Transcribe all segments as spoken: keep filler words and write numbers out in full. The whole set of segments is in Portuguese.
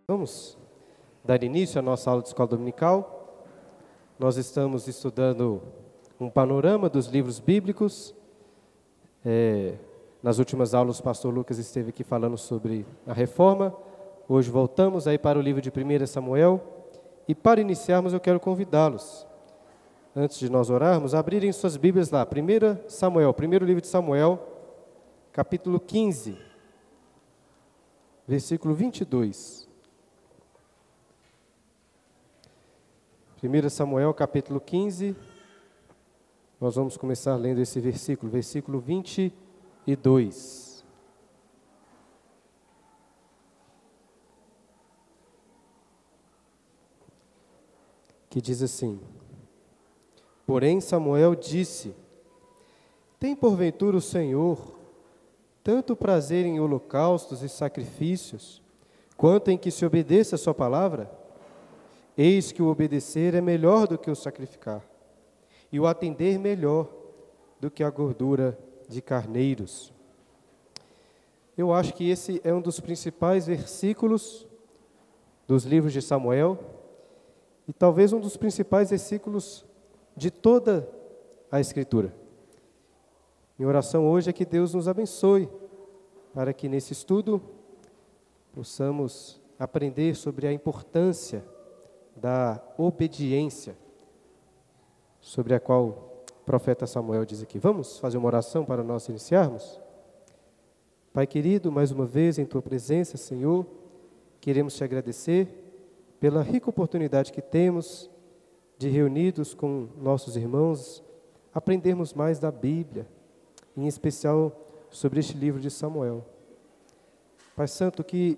Vamos dar início à nossa aula de escola dominical. Nós estamos estudando um panorama dos livros bíblicos. É, nas últimas aulas o pastor Lucas esteve aqui falando sobre a reforma. Hoje voltamos aí para o livro de primeiro Samuel. E para iniciarmos eu quero convidá-los, antes de nós orarmos, a abrirem suas Bíblias lá. primeiro Samuel, primeiro livro de Samuel, capítulo quinze, versículo vinte e dois. primeiro Samuel, capítulo quinze, nós vamos começar lendo esse versículo, versículo vinte e dois. Que diz assim: Porém Samuel disse: Tem porventura o Senhor tanto prazer em holocaustos e sacrifícios, quanto em que se obedeça a sua palavra? Eis que o obedecer é melhor do que o sacrificar, e o atender melhor do que a gordura de carneiros. Eu acho que esse é um dos principais versículos dos livros de Samuel, e talvez um dos principais versículos de toda a Escritura. Minha oração hoje é que Deus nos abençoe, para que nesse estudo possamos aprender sobre a importância da obediência, sobre a qual o profeta Samuel diz aqui. Vamos fazer uma oração para nós iniciarmos? Pai querido, mais uma vez em Tua presença, Senhor, queremos Te agradecer pela rica oportunidade que temos de, reunidos com nossos irmãos, aprendermos mais da Bíblia, em especial sobre este livro de Samuel. Pai Santo, que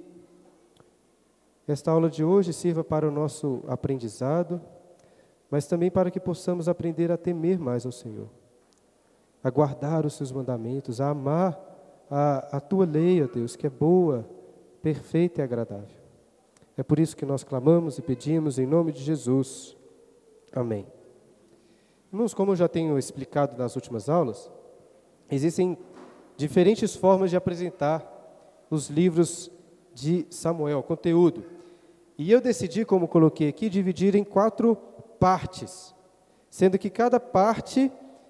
esta aula de hoje sirva para o nosso aprendizado, mas também para que possamos aprender a temer mais ao Senhor, a guardar os Seus mandamentos, a amar a, a Tua lei, ó Deus, que é boa, perfeita e agradável. É por isso que nós clamamos e pedimos em nome de Jesus. Amém. Irmãos, como eu já tenho explicado nas últimas aulas, existem diferentes formas de apresentar os livros de Samuel, conteúdo. E eu decidi, como coloquei aqui, dividir em quatro partes, sendo que cada parte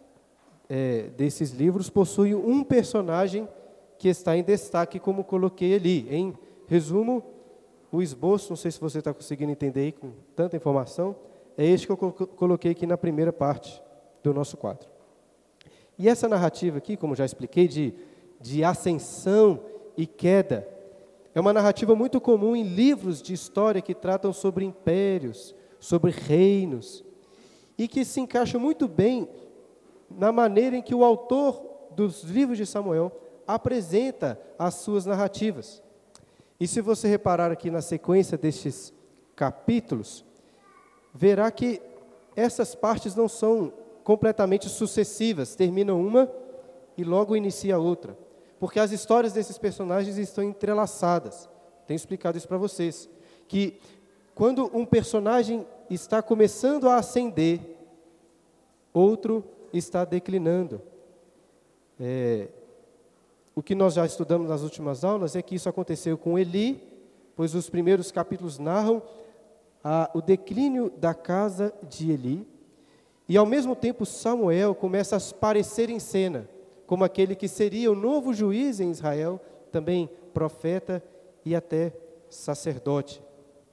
é, desses livros possui um personagem que está em destaque, como coloquei ali. Em resumo, o esboço, não sei se você está conseguindo entender aí com tanta informação, é este que eu coloquei aqui na primeira parte do nosso quadro. E essa narrativa aqui, como já expliquei, de, de ascensão e queda, é uma narrativa muito comum em livros de história que tratam sobre impérios, sobre reinos, e que se encaixa muito bem na maneira em que o autor dos livros de Samuel apresenta as suas narrativas. E se você reparar aqui na sequência destes capítulos, verá que essas partes não são completamente sucessivas, termina uma e logo inicia outra, porque as histórias desses personagens estão entrelaçadas. Tenho explicado isso para vocês, que quando um personagem está começando a ascender, outro está declinando. É, o que nós já estudamos nas últimas aulas é que isso aconteceu com Eli, pois os primeiros capítulos narram a, o declínio da casa de Eli, e ao mesmo tempo Samuel começa a aparecer em cena, como aquele que seria o novo juiz em Israel, também profeta e até sacerdote.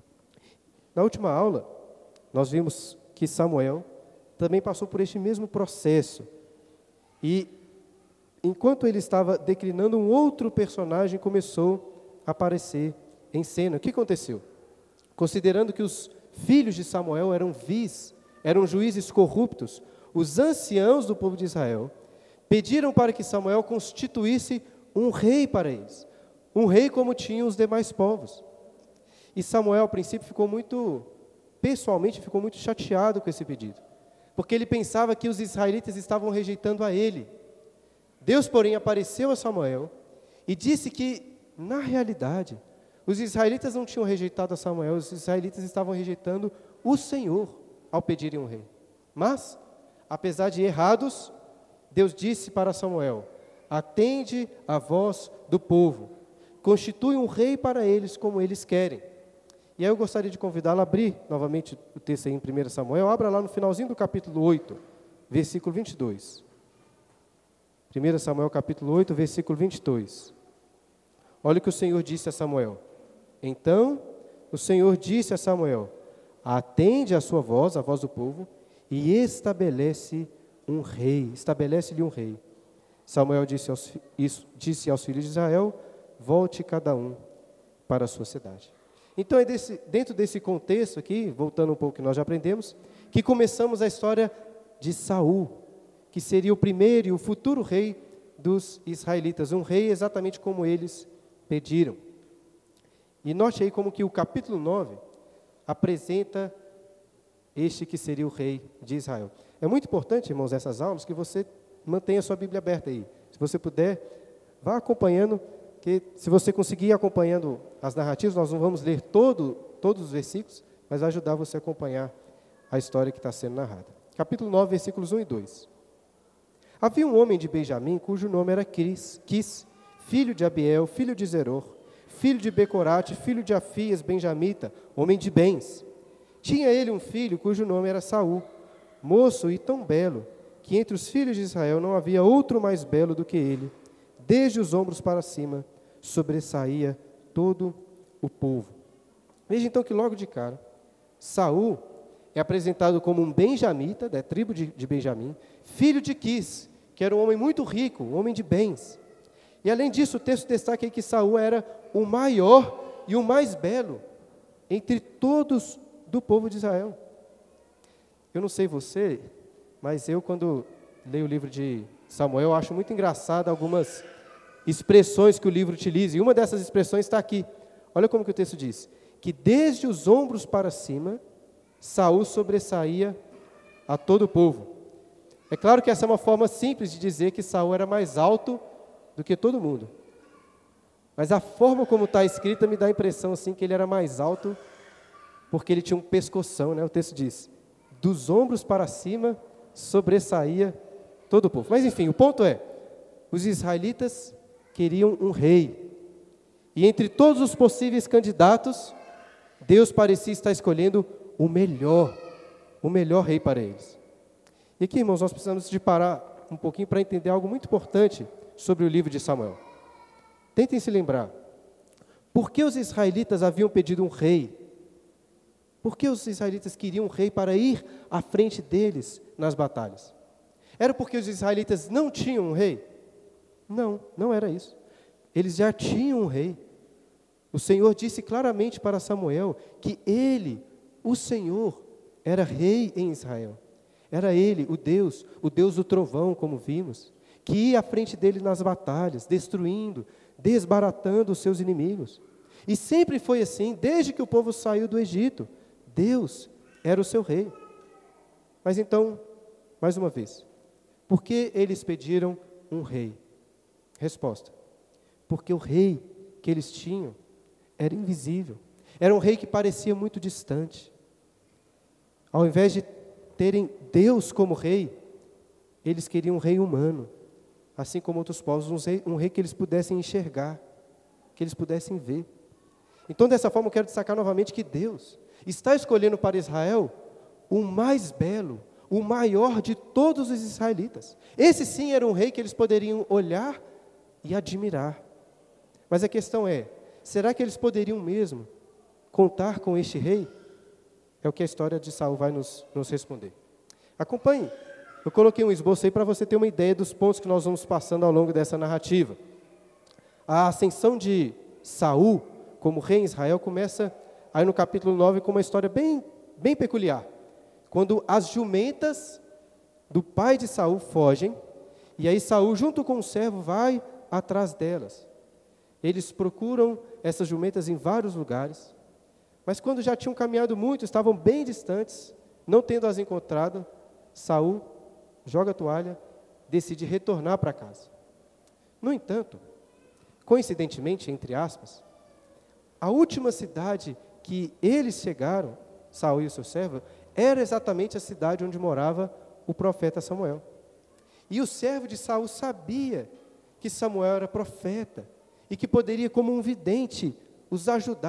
Na última aula, nós vimos que Samuel também passou por este mesmo processo. E, enquanto ele estava declinando, um outro personagem começou a aparecer em cena. O que aconteceu? Considerando que os filhos de Samuel eram vis, eram juízes corruptos, os anciãos do povo de Israel pediram para que Samuel constituísse um rei para eles, um rei como tinham os demais povos. E Samuel, a princípio, ficou muito, pessoalmente, ficou muito chateado com esse pedido, porque ele pensava que os israelitas estavam rejeitando a ele. Deus, porém, apareceu a Samuel e disse que, na realidade, os israelitas não tinham rejeitado a Samuel, os israelitas estavam rejeitando o Senhor ao pedirem um rei. Mas, apesar de errados, Deus disse para Samuel: atende a voz do povo, constitui um rei para eles como eles querem. E aí eu gostaria de convidá-lo a abrir novamente o texto aí em primeiro Samuel. Abra lá no finalzinho do capítulo oito, versículo vinte e dois. primeiro Samuel capítulo oito, versículo vinte e dois. Olha o que o Senhor disse a Samuel. Então o Senhor disse a Samuel: atende a sua voz, a voz do povo, e estabelece um rei, estabelece-lhe um rei. Samuel disse aos, isso, disse aos filhos de Israel: volte cada um para a sua cidade. Então é desse, dentro desse contexto aqui, voltando um pouco que nós já aprendemos, que começamos a história de Saul, que seria o primeiro e o futuro rei dos israelitas, um rei exatamente como eles pediram. E note aí como que o capítulo nove apresenta este que seria o rei de Israel. É muito importante, irmãos, essas aulas, que você mantenha a sua Bíblia aberta aí. Se você puder, vá acompanhando, que se você conseguir ir acompanhando as narrativas, nós não vamos ler todo, todos os versículos, mas vai ajudar você a acompanhar a história que está sendo narrada. Capítulo nove, versículos um e dois. Havia um homem de Benjamim, cujo nome era Quis, Quis, filho de Abiel, filho de Zeror, filho de Becorate, filho de Afias, benjamita, homem de bens. Tinha ele um filho, cujo nome era Saul, moço e tão belo, que entre os filhos de Israel não havia outro mais belo do que ele. Desde os ombros para cima, sobressaía todo o povo. Veja então que logo de cara, Saul é apresentado como um benjamita, da tribo de, de Benjamim, filho de Quis, que era um homem muito rico, um homem de bens. E além disso, o texto destaca aí que Saul era o maior e o mais belo entre todos do povo de Israel. Eu não sei você, mas eu, quando leio o livro de Samuel, acho muito engraçado algumas expressões que o livro utiliza. E uma dessas expressões está aqui. Olha como que o texto diz: que desde os ombros para cima, Saul sobressaía a todo o povo. É claro que essa é uma forma simples de dizer que Saul era mais alto do que todo mundo. Mas a forma como está escrita me dá a impressão assim, que ele era mais alto porque ele tinha um pescoção, né? O texto diz: dos ombros para cima sobressaía todo o povo. Mas enfim, o ponto é, os israelitas queriam um rei. E entre todos os possíveis candidatos, Deus parecia estar escolhendo o melhor, o melhor rei para eles. E aqui, irmãos, nós precisamos de parar um pouquinho para entender algo muito importante sobre o livro de Samuel. Tentem se lembrar. Por que os israelitas haviam pedido um rei? Por que os israelitas queriam um rei para ir à frente deles nas batalhas? Era porque os israelitas não tinham um rei? Não, não era isso. Eles já tinham um rei. O Senhor disse claramente para Samuel que ele, o Senhor, era rei em Israel. Era ele, o Deus, o Deus do trovão, como vimos, que ia à frente dele nas batalhas, destruindo, desbaratando os seus inimigos. E sempre foi assim, desde que o povo saiu do Egito. Deus era o seu rei. Mas então, mais uma vez, por que eles pediram um rei? Resposta: porque o rei que eles tinham era invisível. Era um rei que parecia muito distante. Ao invés de terem Deus como rei, eles queriam um rei humano, assim como outros povos, um rei, um rei que eles pudessem enxergar, que eles pudessem ver. Então, dessa forma, eu quero destacar novamente que Deus está escolhendo para Israel o mais belo, o maior de todos os israelitas. Esse sim era um rei que eles poderiam olhar e admirar. Mas a questão é, será que eles poderiam mesmo contar com este rei? É o que a história de Saul vai nos, nos responder. Acompanhe. Eu coloquei um esboço aí para você ter uma ideia dos pontos que nós vamos passando ao longo dessa narrativa. A ascensão de Saul como rei em Israel começa aí no capítulo nove com uma história bem, bem peculiar. Quando as jumentas do pai de Saul fogem, e aí Saul, junto com o servo, vai atrás delas. Eles procuram essas jumentas em vários lugares, mas quando já tinham caminhado muito, estavam bem distantes, não tendo as encontrado, Saul joga a toalha, decide retornar para casa. No entanto, coincidentemente, entre aspas, a última cidade que eles chegaram, Saul e o seu servo, era exatamente a cidade onde morava o profeta Samuel. E o servo de Saul sabia que Samuel era profeta e que poderia, como um vidente, os ajudar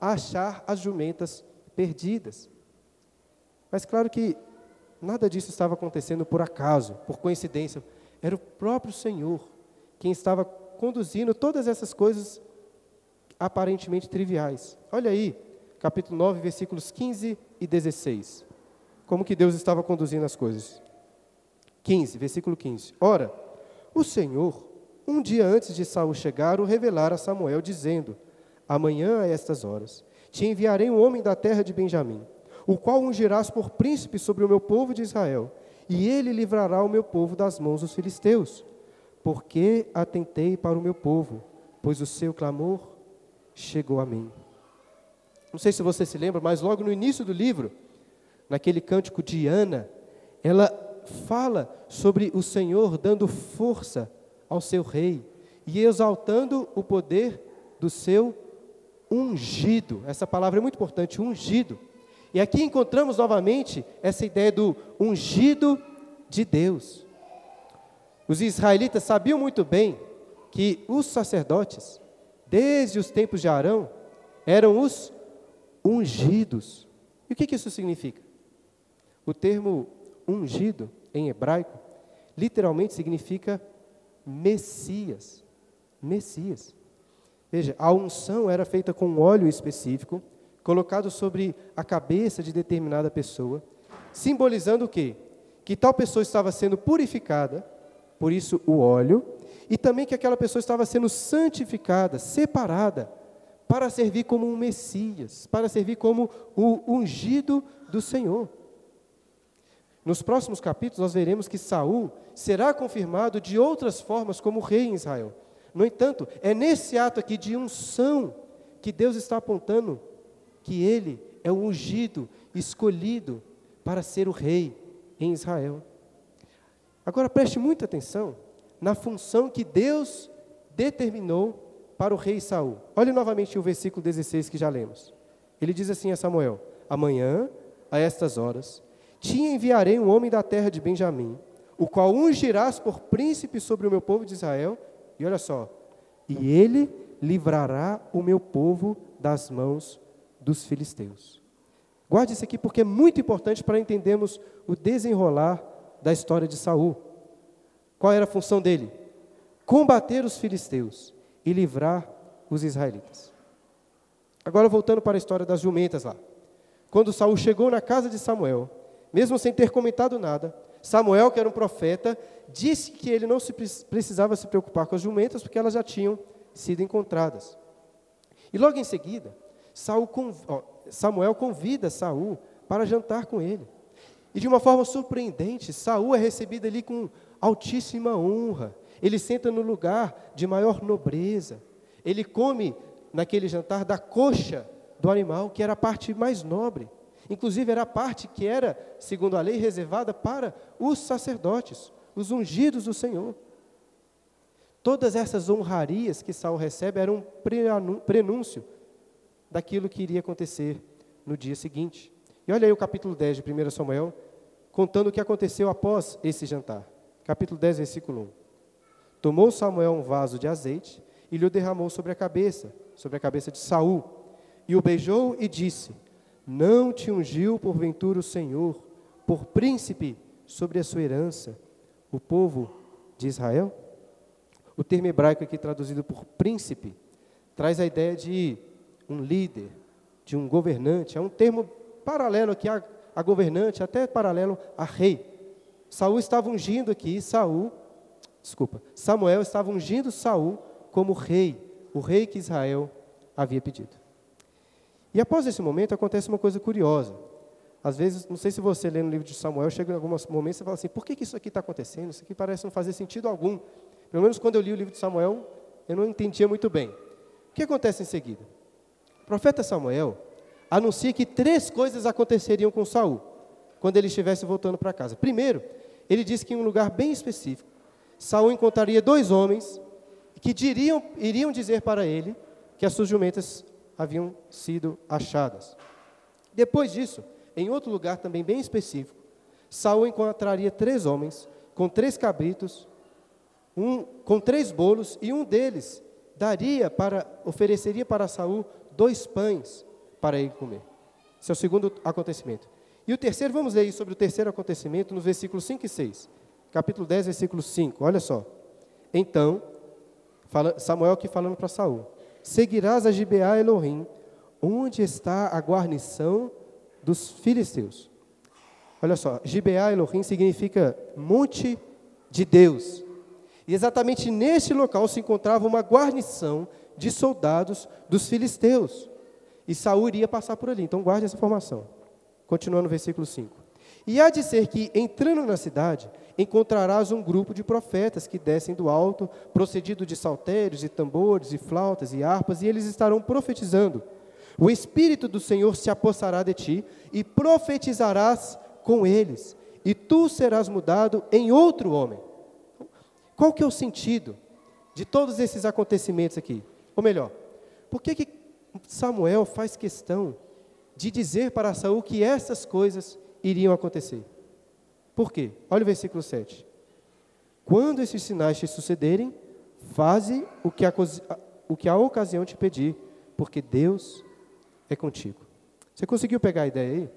a achar as jumentas perdidas. Mas claro que nada disso estava acontecendo por acaso, por coincidência. Era o próprio Senhor quem estava conduzindo todas essas coisas aparentemente triviais. Olha aí, capítulo nove, versículos quinze e dezesseis. Como que Deus estava conduzindo as coisas. quinze, versículo quinze. Ora, o Senhor, um dia antes de Saul chegar, o revelara a Samuel, dizendo: amanhã, a estas horas, te enviarei um homem da terra de Benjamim, o qual ungirás por príncipe sobre o meu povo de Israel, e ele livrará o meu povo das mãos dos filisteus. Porque atentei para o meu povo, pois o seu clamor chegou a mim. Não sei se você se lembra, mas logo no início do livro, naquele cântico de Ana, ela fala sobre o Senhor dando força ao seu rei e exaltando o poder do seu ungido. Essa palavra é muito importante, ungido. E aqui encontramos novamente essa ideia do ungido de Deus. Os israelitas sabiam muito bem que os sacerdotes, desde os tempos de Arão, eram os ungidos. E o que, que isso significa? O termo ungido, em hebraico, literalmente significa Messias. Messias. Veja, a unção era feita com um óleo específico, colocado sobre a cabeça de determinada pessoa, simbolizando o quê? Que tal pessoa estava sendo purificada, por isso o óleo, e também que aquela pessoa estava sendo santificada, separada, para servir como um Messias, para servir como o ungido do Senhor. Nos próximos capítulos nós veremos que Saul será confirmado de outras formas como rei em Israel. No entanto, é nesse ato aqui de unção que Deus está apontando que ele é o ungido, escolhido para ser o rei em Israel. Agora preste muita atenção na função que Deus determinou para o rei Saul. Olhe novamente o versículo dezesseis que já lemos. Ele diz assim a Samuel: amanhã, a estas horas, te enviarei um homem da terra de Benjamim, o qual ungirás por príncipe sobre o meu povo de Israel, e olha só, e ele livrará o meu povo das mãos dos filisteus. Guarde isso aqui porque é muito importante para entendermos o desenrolar da história de Saul. Qual era a função dele? Combater os filisteus e livrar os israelitas. Agora voltando para a história das jumentas lá. Quando Saul chegou na casa de Samuel, mesmo sem ter comentado nada, Samuel, que era um profeta, disse que ele não se precisava se preocupar com as jumentas, porque elas já tinham sido encontradas. E logo em seguida, Saul, Samuel convida Saul para jantar com ele. E de uma forma surpreendente, Saul é recebido ali com altíssima honra. Ele senta no lugar de maior nobreza. Ele come naquele jantar da coxa do animal, que era a parte mais nobre. Inclusive era a parte que era, segundo a lei, reservada para os sacerdotes, os ungidos do Senhor. Todas essas honrarias que Saul recebe eram um prenúncio daquilo que iria acontecer no dia seguinte. E olha aí o capítulo dez de primeiro Samuel, contando o que aconteceu após esse jantar. Capítulo dez, versículo um. Tomou Samuel um vaso de azeite e lhe o derramou sobre a cabeça, sobre a cabeça de Saul, e o beijou e disse: não te ungiu porventura o Senhor por príncipe sobre a sua herança, o povo de Israel? O termo hebraico aqui traduzido por príncipe traz a ideia de um líder, de um governante. É um termo paralelo aqui a, a governante, até paralelo a rei. Saul estava ungindo aqui, Saul, desculpa, Samuel estava ungindo Saul como rei, o rei que Israel havia pedido. E após esse momento acontece uma coisa curiosa. Às vezes, não sei se você lê no livro de Samuel, chega em alguns momentos e fala assim: por que, que isso aqui está acontecendo? Isso aqui parece não fazer sentido algum. Pelo menos quando eu li o livro de Samuel, eu não entendia muito bem. O que acontece em seguida? O profeta Samuel anuncia que três coisas aconteceriam com Saul, quando ele estivesse voltando para casa. Primeiro, ele diz que em um lugar bem específico, Saul encontraria dois homens que diriam, iriam dizer para ele que as suas jumentas haviam sido achadas. Depois disso, em outro lugar também bem específico, Saul encontraria três homens com três cabritos, um, com três bolos, e um deles daria para, ofereceria para Saul dois pães, para ele comer. Esse é o segundo acontecimento. E o terceiro, vamos ler sobre o terceiro acontecimento nos versículos cinco e seis. Capítulo dez, versículo cinco, olha só. Então, fala, Samuel aqui falando para Saul: seguirás a Gibeá Elohim, onde está a guarnição dos filisteus. Olha só, Gibeá Elohim significa monte de Deus. E exatamente neste local se encontrava uma guarnição de soldados dos filisteus. E Saul iria passar por ali, então guarde essa informação. Continuando no versículo cinco. E há de ser que, entrando na cidade, encontrarás um grupo de profetas que descem do alto, procedido de saltérios, e tambores, e flautas, e harpas, e eles estarão profetizando. O Espírito do Senhor se apossará de ti, e profetizarás com eles, e tu serás mudado em outro homem. Qual que é o sentido de todos esses acontecimentos aqui? Ou melhor, por que que Samuel faz questão de dizer para Saul que essas coisas iriam acontecer? Por quê? Olha o versículo sete. Quando esses sinais te sucederem, faze o que a, o que a ocasião te pedir, porque Deus é contigo. Você conseguiu pegar a ideia aí?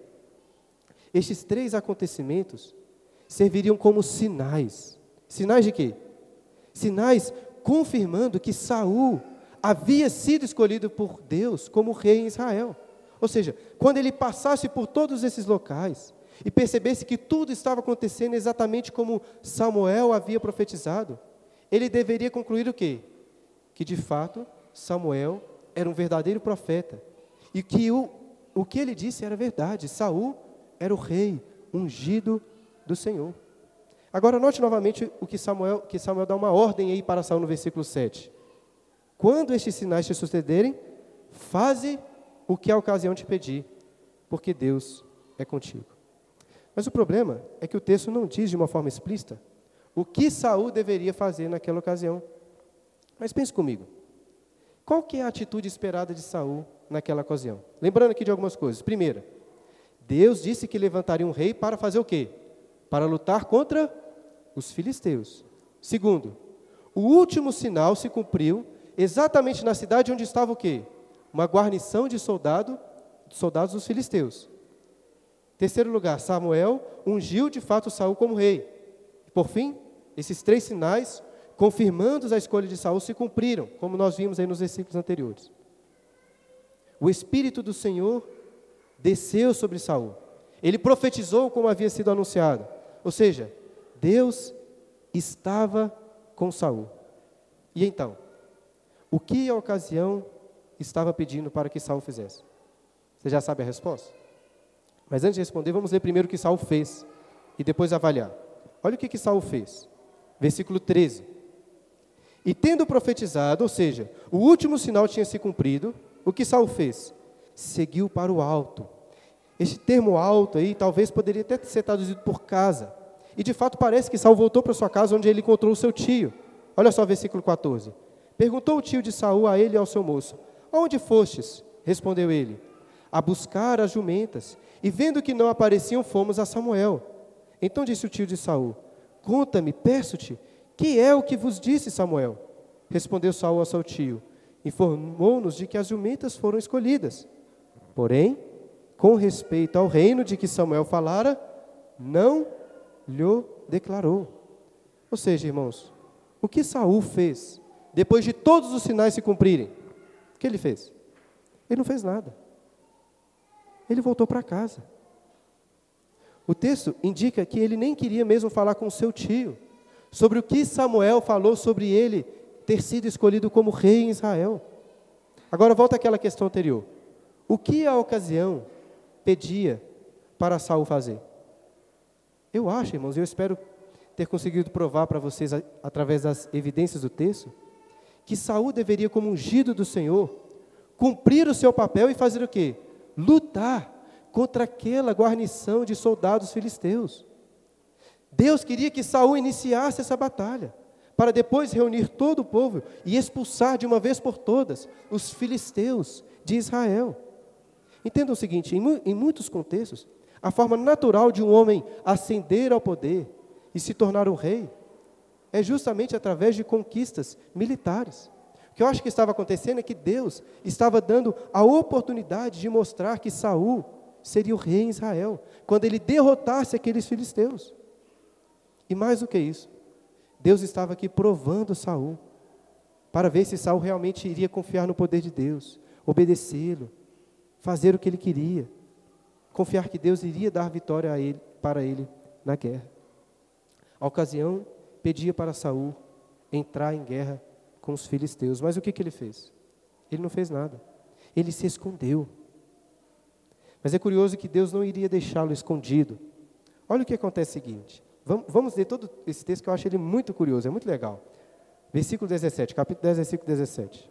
Estes três acontecimentos serviriam como sinais. Sinais de quê? Sinais confirmando que Saul havia sido escolhido por Deus como rei em Israel. Ou seja, quando ele passasse por todos esses locais e percebesse que tudo estava acontecendo exatamente como Samuel havia profetizado, ele deveria concluir o quê? Que de fato Samuel era um verdadeiro profeta e que o, o que ele disse era verdade. Saul era o rei ungido do Senhor. Agora note novamente o que Samuel, que Samuel dá uma ordem aí para Saul no versículo sete. Quando estes sinais te sucederem, faze o que a ocasião te pedir, porque Deus é contigo. Mas o problema é que o texto não diz de uma forma explícita o que Saul deveria fazer naquela ocasião. Mas pense comigo, qual que é a atitude esperada de Saul naquela ocasião? Lembrando aqui de algumas coisas. Primeira, Deus disse que levantaria um rei para fazer o quê? Para lutar contra os filisteus. Segundo, o último sinal se cumpriu exatamente na cidade onde estava o quê? Uma guarnição de soldado, soldados dos filisteus. Terceiro lugar, Samuel ungiu de fato Saul como rei. Por fim, esses três sinais, confirmando a escolha de Saul, se cumpriram, como nós vimos aí nos versículos anteriores. O Espírito do Senhor desceu sobre Saul. Ele profetizou como havia sido anunciado. Ou seja, Deus estava com Saul. E então, o que a ocasião estava pedindo para que Saul fizesse? Você já sabe a resposta? Mas antes de responder, vamos ler primeiro o que Saul fez e depois avaliar. Olha o que, que Saul fez. Versículo treze. E tendo profetizado, ou seja, o último sinal tinha se cumprido, o que Saul fez? Seguiu para o alto. Este termo alto aí talvez poderia até ser traduzido por casa. E de fato parece que Saul voltou para sua casa onde ele encontrou o seu tio. Olha só o versículo quatorze. Perguntou o tio de Saul a ele e ao seu moço: aonde fostes? Respondeu ele: a buscar as jumentas. E vendo que não apareciam, fomos a Samuel. Então disse o tio de Saul: conta-me, peço-te, que é o que vos disse Samuel? Respondeu Saul ao seu tio: informou-nos de que as jumentas foram escolhidas. Porém, com respeito ao reino de que Samuel falara, não lhe declarou. Ou seja, irmãos, o que Saul fez, depois de todos os sinais se cumprirem? O que ele fez? Ele não fez nada. Ele voltou para casa. O texto indica que ele nem queria mesmo falar com o seu tio sobre o que Samuel falou sobre ele ter sido escolhido como rei em Israel. Agora volta àquela questão anterior. O que a ocasião pedia para Saul fazer? Eu acho, irmãos, eu espero ter conseguido provar para vocês, através das evidências do texto, que Saul deveria, como ungido do Senhor, cumprir o seu papel e fazer o quê? Lutar contra aquela guarnição de soldados filisteus. Deus queria que Saul iniciasse essa batalha, para depois reunir todo o povo e expulsar de uma vez por todas os filisteus de Israel. Entendam o seguinte, em, mu em muitos contextos, a forma natural de um homem ascender ao poder e se tornar um rei é justamente através de conquistas militares. O que eu acho que estava acontecendo é que Deus estava dando a oportunidade de mostrar que Saul seria o rei em Israel, quando ele derrotasse aqueles filisteus. E mais do que isso, Deus estava aqui provando Saul, para ver se Saul realmente iria confiar no poder de Deus, obedecê-lo, fazer o que ele queria, confiar que Deus iria dar vitória a ele, para ele na guerra. A ocasião pedia para Saul entrar em guerra com os filisteus, mas o que, que ele fez? Ele não fez nada, ele se escondeu. Mas é curioso que Deus não iria deixá-lo escondido. Olha o que acontece o seguinte, vamos, vamos ler todo esse texto que eu acho ele muito curioso, é muito legal. Versículo dezessete, capítulo dez, versículo dezessete.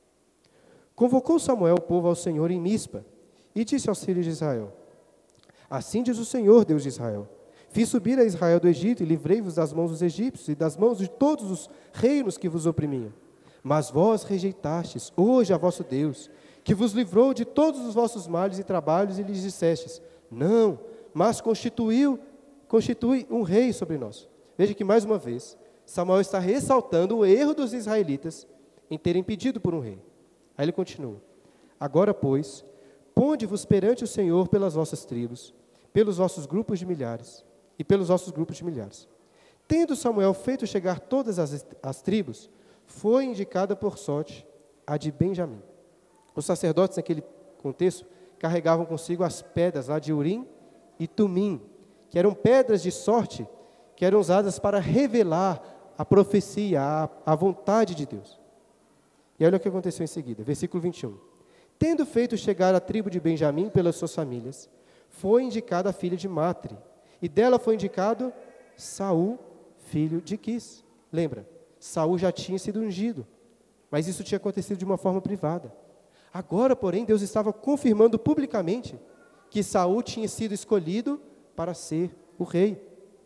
Convocou Samuel o povo ao Senhor em Mispa, e disse aos filhos de Israel: assim diz o Senhor, Deus de Israel: fiz subir a Israel do Egito e livrei-vos das mãos dos egípcios e das mãos de todos os reinos que vos oprimiam. Mas vós rejeitastes hoje a vosso Deus, que vos livrou de todos os vossos males e trabalhos, e lhes dissestes: não, mas constituiu, constitui um rei sobre nós. Veja que mais uma vez, Samuel está ressaltando o erro dos israelitas em terem pedido por um rei. Aí ele continua: agora, pois, ponde-vos perante o Senhor pelas vossas tribos, pelos vossos grupos de milhares, e pelos vossos grupos de milhares. Tendo Samuel feito chegar todas as, as tribos, foi indicada por sorte a de Benjamim. Os sacerdotes, naquele contexto, carregavam consigo as pedras lá de Urim e Tumim, que eram pedras de sorte, que eram usadas para revelar a profecia, a, a vontade de Deus. E olha o que aconteceu em seguida, versículo vinte e um. Tendo feito chegar a tribo de Benjamim pelas suas famílias, foi indicada a filha de Matre, e dela foi indicado Saul, filho de Quis. Lembra, Saul já tinha sido ungido, mas isso tinha acontecido de uma forma privada. Agora, porém, Deus estava confirmando publicamente que Saul tinha sido escolhido para ser o rei.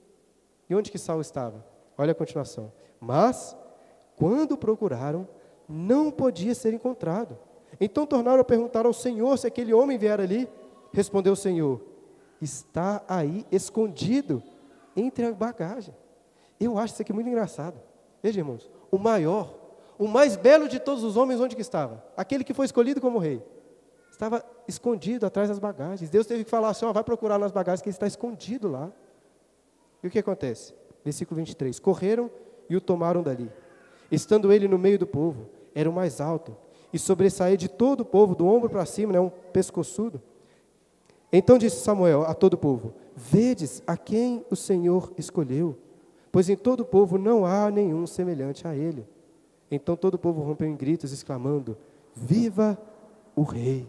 E onde que Saul estava? Olha a continuação. Mas, quando procuraram, não podia ser encontrado. Então tornaram a perguntar ao Senhor se aquele homem vier ali. Respondeu o Senhor: está aí escondido entre a bagagem. Eu acho isso aqui muito engraçado. Veja, irmãos, o maior, o mais belo de todos os homens, onde que estava? Aquele que foi escolhido como rei. Estava escondido atrás das bagagens. Deus teve que falar assim: ó, vai procurar nas bagagens, que ele está escondido lá. E o que acontece? Versículo vinte e três. Correram e o tomaram dali. Estando ele no meio do povo, era o mais alto, e sobressaía de todo o povo, do ombro para cima, né, um pescoçudo. Então disse Samuel a todo o povo: vedes a quem o Senhor escolheu, pois em todo o povo não há nenhum semelhante a ele. Então todo o povo rompeu em gritos, exclamando: viva o rei!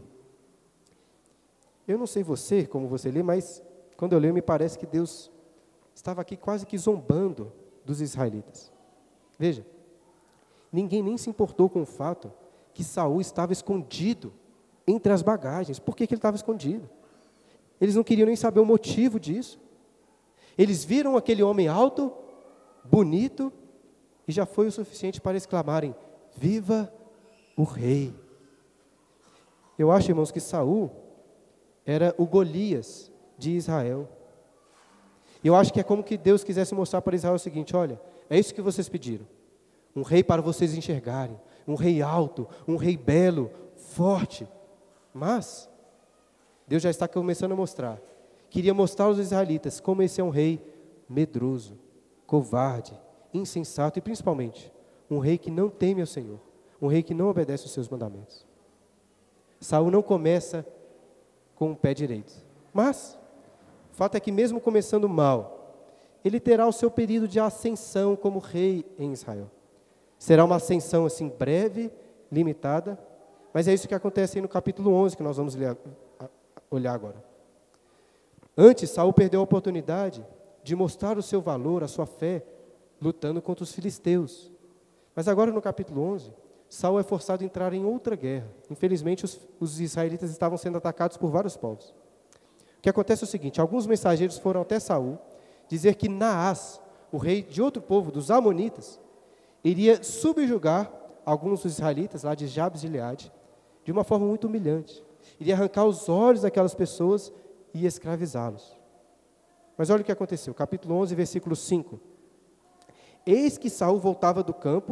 Eu não sei você, como você lê, mas quando eu leio, me parece que Deus estava aqui quase que zombando dos israelitas. Veja, ninguém nem se importou com o fato que Saul estava escondido entre as bagagens. Por que que ele estava escondido? Eles não queriam nem saber o motivo disso. Eles viram aquele homem alto, bonito, e já foi o suficiente para exclamarem: viva o rei! Eu acho, irmãos, que Saul era o Golias de Israel. Eu acho que é como que Deus quisesse mostrar para Israel o seguinte: olha, é isso que vocês pediram. Um rei para vocês enxergarem, um rei alto, um rei belo, forte. Mas Deus já está começando a mostrar. Queria mostrar aos israelitas como esse é um rei medroso, covarde, insensato e principalmente um rei que não teme ao Senhor, um rei que não obedece aos seus mandamentos. Saul não começa com o pé direito, mas o fato é que mesmo começando mal, ele terá o seu período de ascensão como rei em Israel. Será uma ascensão assim breve, limitada, mas é isso que acontece aí no capítulo onze, que nós vamos ler, olhar agora. Antes, Saul perdeu a oportunidade de mostrar o seu valor, a sua fé, lutando contra os filisteus. Mas agora no capítulo onze, Saul é forçado a entrar em outra guerra. Infelizmente, os, os israelitas estavam sendo atacados por vários povos. O que acontece é o seguinte: alguns mensageiros foram até Saul dizer que Naás, o rei de outro povo, dos amonitas, iria subjugar alguns dos israelitas lá de Jabes de Gileade de uma forma muito humilhante. Iria arrancar os olhos daquelas pessoas e escravizá-los. Mas olha o que aconteceu, capítulo onze, versículo cinco. Eis que Saul voltava do campo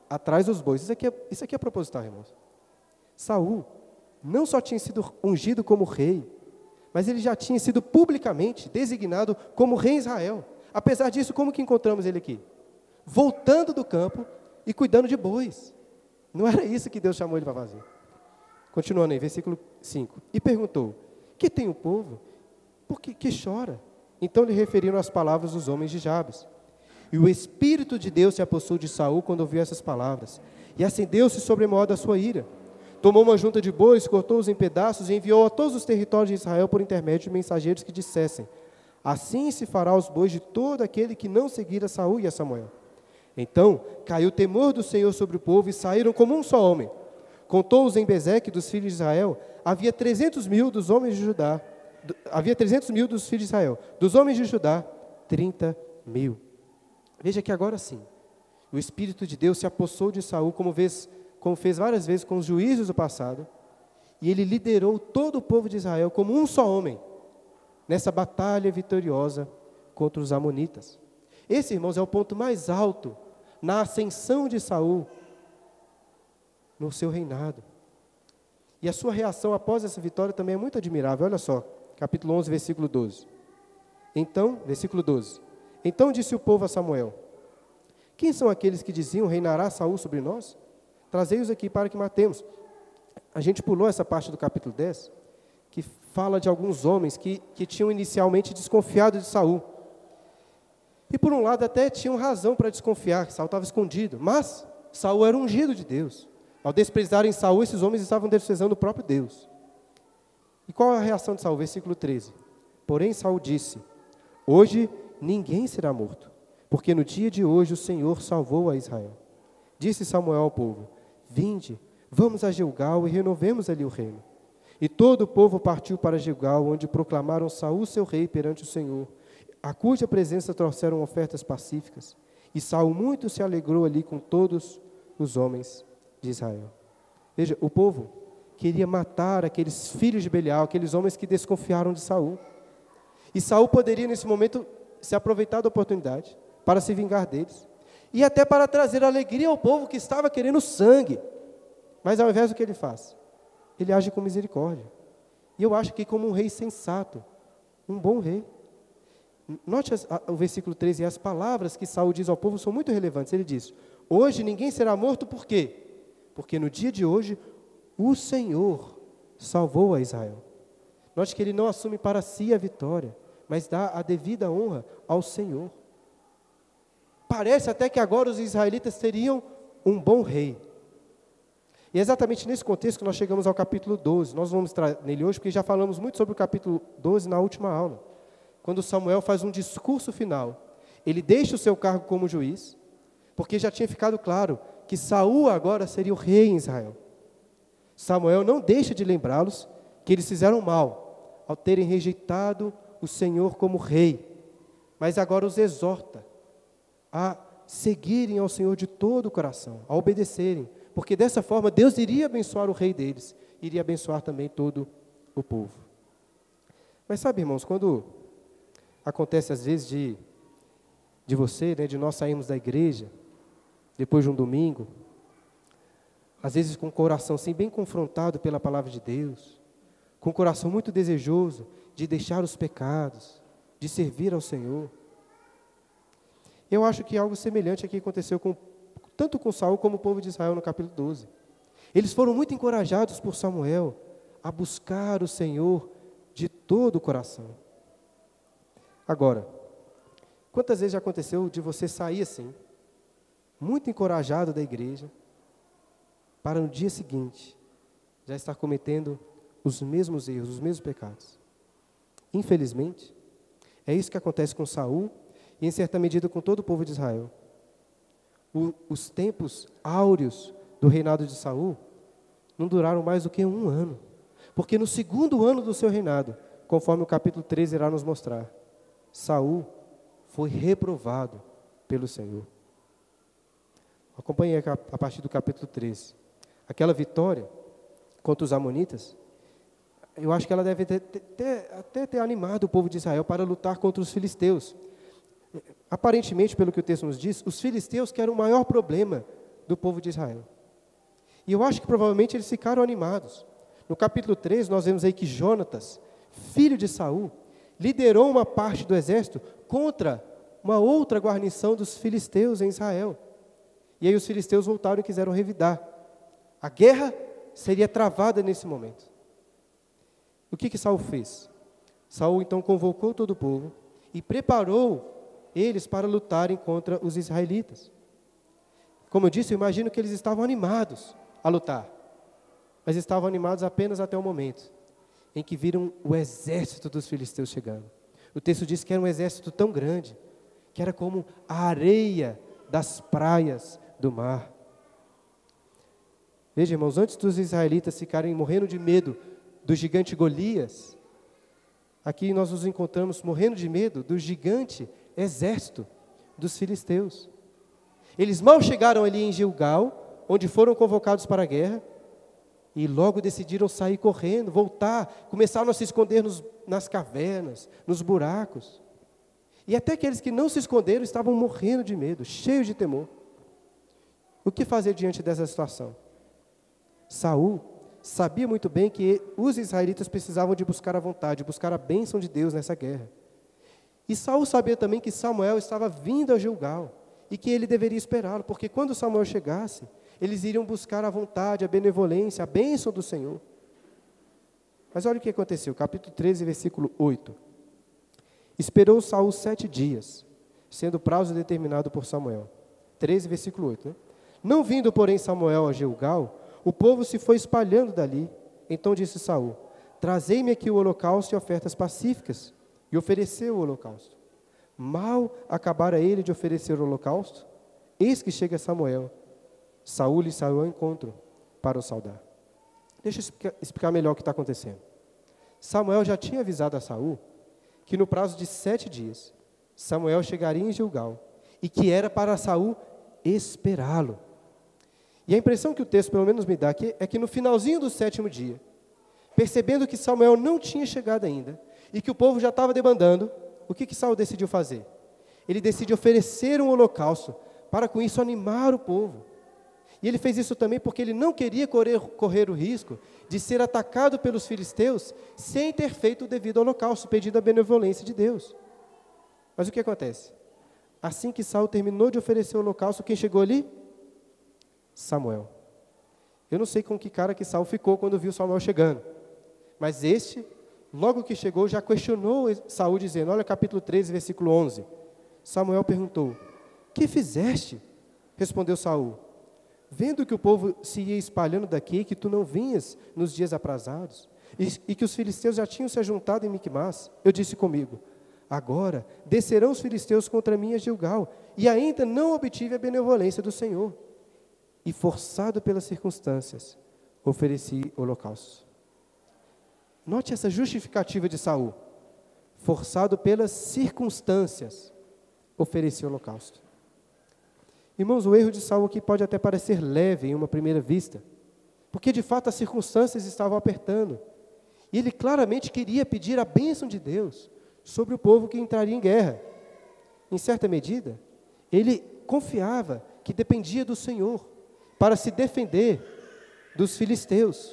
atrás dos bois. Isso aqui é, isso aqui é proposital, irmãos. Saul não só tinha sido ungido como rei, mas ele já tinha sido publicamente designado como rei em Israel. Apesar disso, como que encontramos ele aqui? Voltando do campo e cuidando de bois. Não era isso que Deus chamou ele para fazer. Continuando aí, versículo cinco. E perguntou, que tem o povo? Por que, que chora? Então lhe referiram as palavras dos homens de Jabes. E o Espírito de Deus se apossou de Saul quando ouviu essas palavras. E acendeu-se sobremodo a sua ira. Tomou uma junta de bois, cortou-os em pedaços e enviou a todos os territórios de Israel por intermédio de mensageiros que dissessem, assim se fará aos bois de todo aquele que não seguir a Saul e a Samuel. Então caiu o temor do Senhor sobre o povo e saíram como um só homem. Contou-os em Bezeque dos filhos de Israel, havia trezentos mil dos homens de Judá, havia trezentos mil dos filhos de Israel, dos homens de Judá, trinta mil. Veja que agora sim, o Espírito de Deus se apossou de Saul, como fez, como fez várias vezes com os juízes do passado, e ele liderou todo o povo de Israel como um só homem, nessa batalha vitoriosa contra os amonitas. Esse, irmãos, é o ponto mais alto na ascensão de Saul no seu reinado. E a sua reação após essa vitória também é muito admirável. Olha só, capítulo onze, versículo doze. Então, versículo doze. Então disse o povo a Samuel, quem são aqueles que diziam, reinará Saul sobre nós? Trazei-os aqui para que matemos. A gente pulou essa parte do capítulo dez, que fala de alguns homens que, que tinham inicialmente desconfiado de Saul. E por um lado até tinham razão para desconfiar, que Saul estava escondido, mas Saul era ungido de Deus. Ao desprezarem Saul, esses homens estavam desprezando o próprio Deus. E qual é a reação de Saul? Versículo treze. Porém Saul disse, hoje ninguém será morto, porque no dia de hoje o Senhor salvou a Israel. Disse Samuel ao povo, vinde, vamos a Gilgal e renovemos ali o reino. E todo o povo partiu para Gilgal, onde proclamaram Saul seu rei perante o Senhor, a cuja presença trouxeram ofertas pacíficas. E Saul muito se alegrou ali com todos os homens de Israel. Veja, o povo queria matar aqueles filhos de Belial, aqueles homens que desconfiaram de Saul. E Saul poderia, nesse momento, se aproveitar da oportunidade para se vingar deles. E até para trazer alegria ao povo que estava querendo sangue. Mas ao invés do que ele faz? Ele age com misericórdia. E eu acho que como um rei sensato, um bom rei. Note as, a, o versículo treze, e as palavras que Saul diz ao povo são muito relevantes. Ele diz, hoje ninguém será morto, por quê? Porque no dia de hoje, o Senhor salvou a Israel. Note que ele não assume para si a vitória, mas dá a devida honra ao Senhor. Parece até que agora os israelitas teriam um bom rei. E é exatamente nesse contexto que nós chegamos ao capítulo doze. Nós vamos entrar nele hoje, porque já falamos muito sobre o capítulo doze na última aula. Quando Samuel faz um discurso final, ele deixa o seu cargo como juiz, porque já tinha ficado claro que Saul agora seria o rei em Israel. Samuel não deixa de lembrá-los que eles fizeram mal ao terem rejeitado o Senhor como rei, mas agora os exorta a seguirem ao Senhor de todo o coração, a obedecerem, porque dessa forma Deus iria abençoar o rei deles, iria abençoar também todo o povo. Mas sabe, irmãos, quando acontece às vezes de, de você, né, de nós sairmos da igreja, depois de um domingo, às vezes com o coração assim, bem confrontado pela palavra de Deus, com o coração muito desejoso de deixar os pecados, de servir ao Senhor. Eu acho que algo semelhante aqui aconteceu com, tanto com Saul como o povo de Israel no capítulo doze. Eles foram muito encorajados por Samuel a buscar o Senhor de todo o coração. Agora, quantas vezes já aconteceu de você sair assim, muito encorajado da igreja, para no dia seguinte já estar cometendo os mesmos erros, os mesmos pecados? Infelizmente, é isso que acontece com Saul e em certa medida com todo o povo de Israel. O, os tempos áureos do reinado de Saul não duraram mais do que um ano, porque no segundo ano do seu reinado, conforme o capítulo treze irá nos mostrar, Saul foi reprovado pelo Senhor. Acompanhe a partir do capítulo treze. Aquela vitória contra os amonitas, eu acho que ela deve ter, ter, até ter animado o povo de Israel para lutar contra os filisteus. Aparentemente, pelo que o texto nos diz, os filisteus que eram o maior problema do povo de Israel. E eu acho que provavelmente eles ficaram animados. No capítulo três, nós vemos aí que Jonatas, filho de Saul, liderou uma parte do exército contra uma outra guarnição dos filisteus em Israel. E aí os filisteus voltaram e quiseram revidar. A guerra seria travada nesse momento. O que que Saul fez? Saul então convocou todo o povo e preparou eles para lutarem contra os israelitas. Como eu disse, eu imagino que eles estavam animados a lutar, mas estavam animados apenas até o momento em que viram o exército dos filisteus chegando. O texto diz que era um exército tão grande, que era como a areia das praias do mar. Veja, irmãos, antes dos israelitas ficarem morrendo de medo do gigante Golias, aqui nós nos encontramos morrendo de medo do gigante exército dos filisteus. Eles mal chegaram ali em Gilgal, onde foram convocados para a guerra, e logo decidiram sair correndo, voltar, começaram a se esconder nos, nas cavernas, nos buracos. E até aqueles que não se esconderam estavam morrendo de medo, cheios de temor. O que fazer diante dessa situação? Saul sabia muito bem que os israelitas precisavam de buscar a vontade, buscar a bênção de Deus nessa guerra. E Saul sabia também que Samuel estava vindo a Gilgal, e que ele deveria esperá-lo, porque quando Samuel chegasse, eles iriam buscar a vontade, a benevolência, a bênção do Senhor. Mas olha o que aconteceu, capítulo treze, versículo oito. Esperou Saul sete dias, sendo o prazo determinado por Samuel. treze, versículo oito. Né? Não vindo, porém, Samuel a Gilgal, o povo se foi espalhando dali. Então disse Saul: trazei-me aqui o holocausto e ofertas pacíficas. E ofereceu o holocausto. Mal acabara ele de oferecer o holocausto, eis que chega Samuel. Saul lhe saiu ao encontro para o saudar. Deixa eu explicar, explicar melhor o que está acontecendo. Samuel já tinha avisado a Saul que no prazo de sete dias, Samuel chegaria em Gilgal e que era para Saul esperá-lo. E a impressão que o texto pelo menos me dá aqui é que no finalzinho do sétimo dia, percebendo que Samuel não tinha chegado ainda e que o povo já estava debandando, o que que Saul decidiu fazer? Ele decide oferecer um holocausto para com isso animar o povo. E ele fez isso também porque ele não queria correr, correr o risco de ser atacado pelos filisteus sem ter feito o devido holocausto, pedindo a benevolência de Deus. Mas o que acontece? Assim que Saul terminou de oferecer o holocausto, quem chegou ali? Samuel. Eu não sei com que cara que Saul ficou quando viu Samuel chegando, mas este, logo que chegou, já questionou Saul, dizendo, olha capítulo treze, versículo onze. Samuel perguntou: que fizeste? Respondeu Saul: vendo que o povo se ia espalhando daqui, que tu não vinhas nos dias aprazados, e, e que os filisteus já tinham se ajuntado em Miquimás, eu disse comigo: agora descerão os filisteus contra mim a Gilgal, e ainda não obtive a benevolência do Senhor. E forçado pelas circunstâncias, ofereci holocausto. Note essa justificativa de Saul. Forçado pelas circunstâncias, ofereci holocausto. Irmãos, o erro de Saul aqui pode até parecer leve em uma primeira vista, porque de fato as circunstâncias estavam apertando, e ele claramente queria pedir a bênção de Deus sobre o povo que entraria em guerra. Em certa medida, ele confiava que dependia do Senhor para se defender dos filisteus.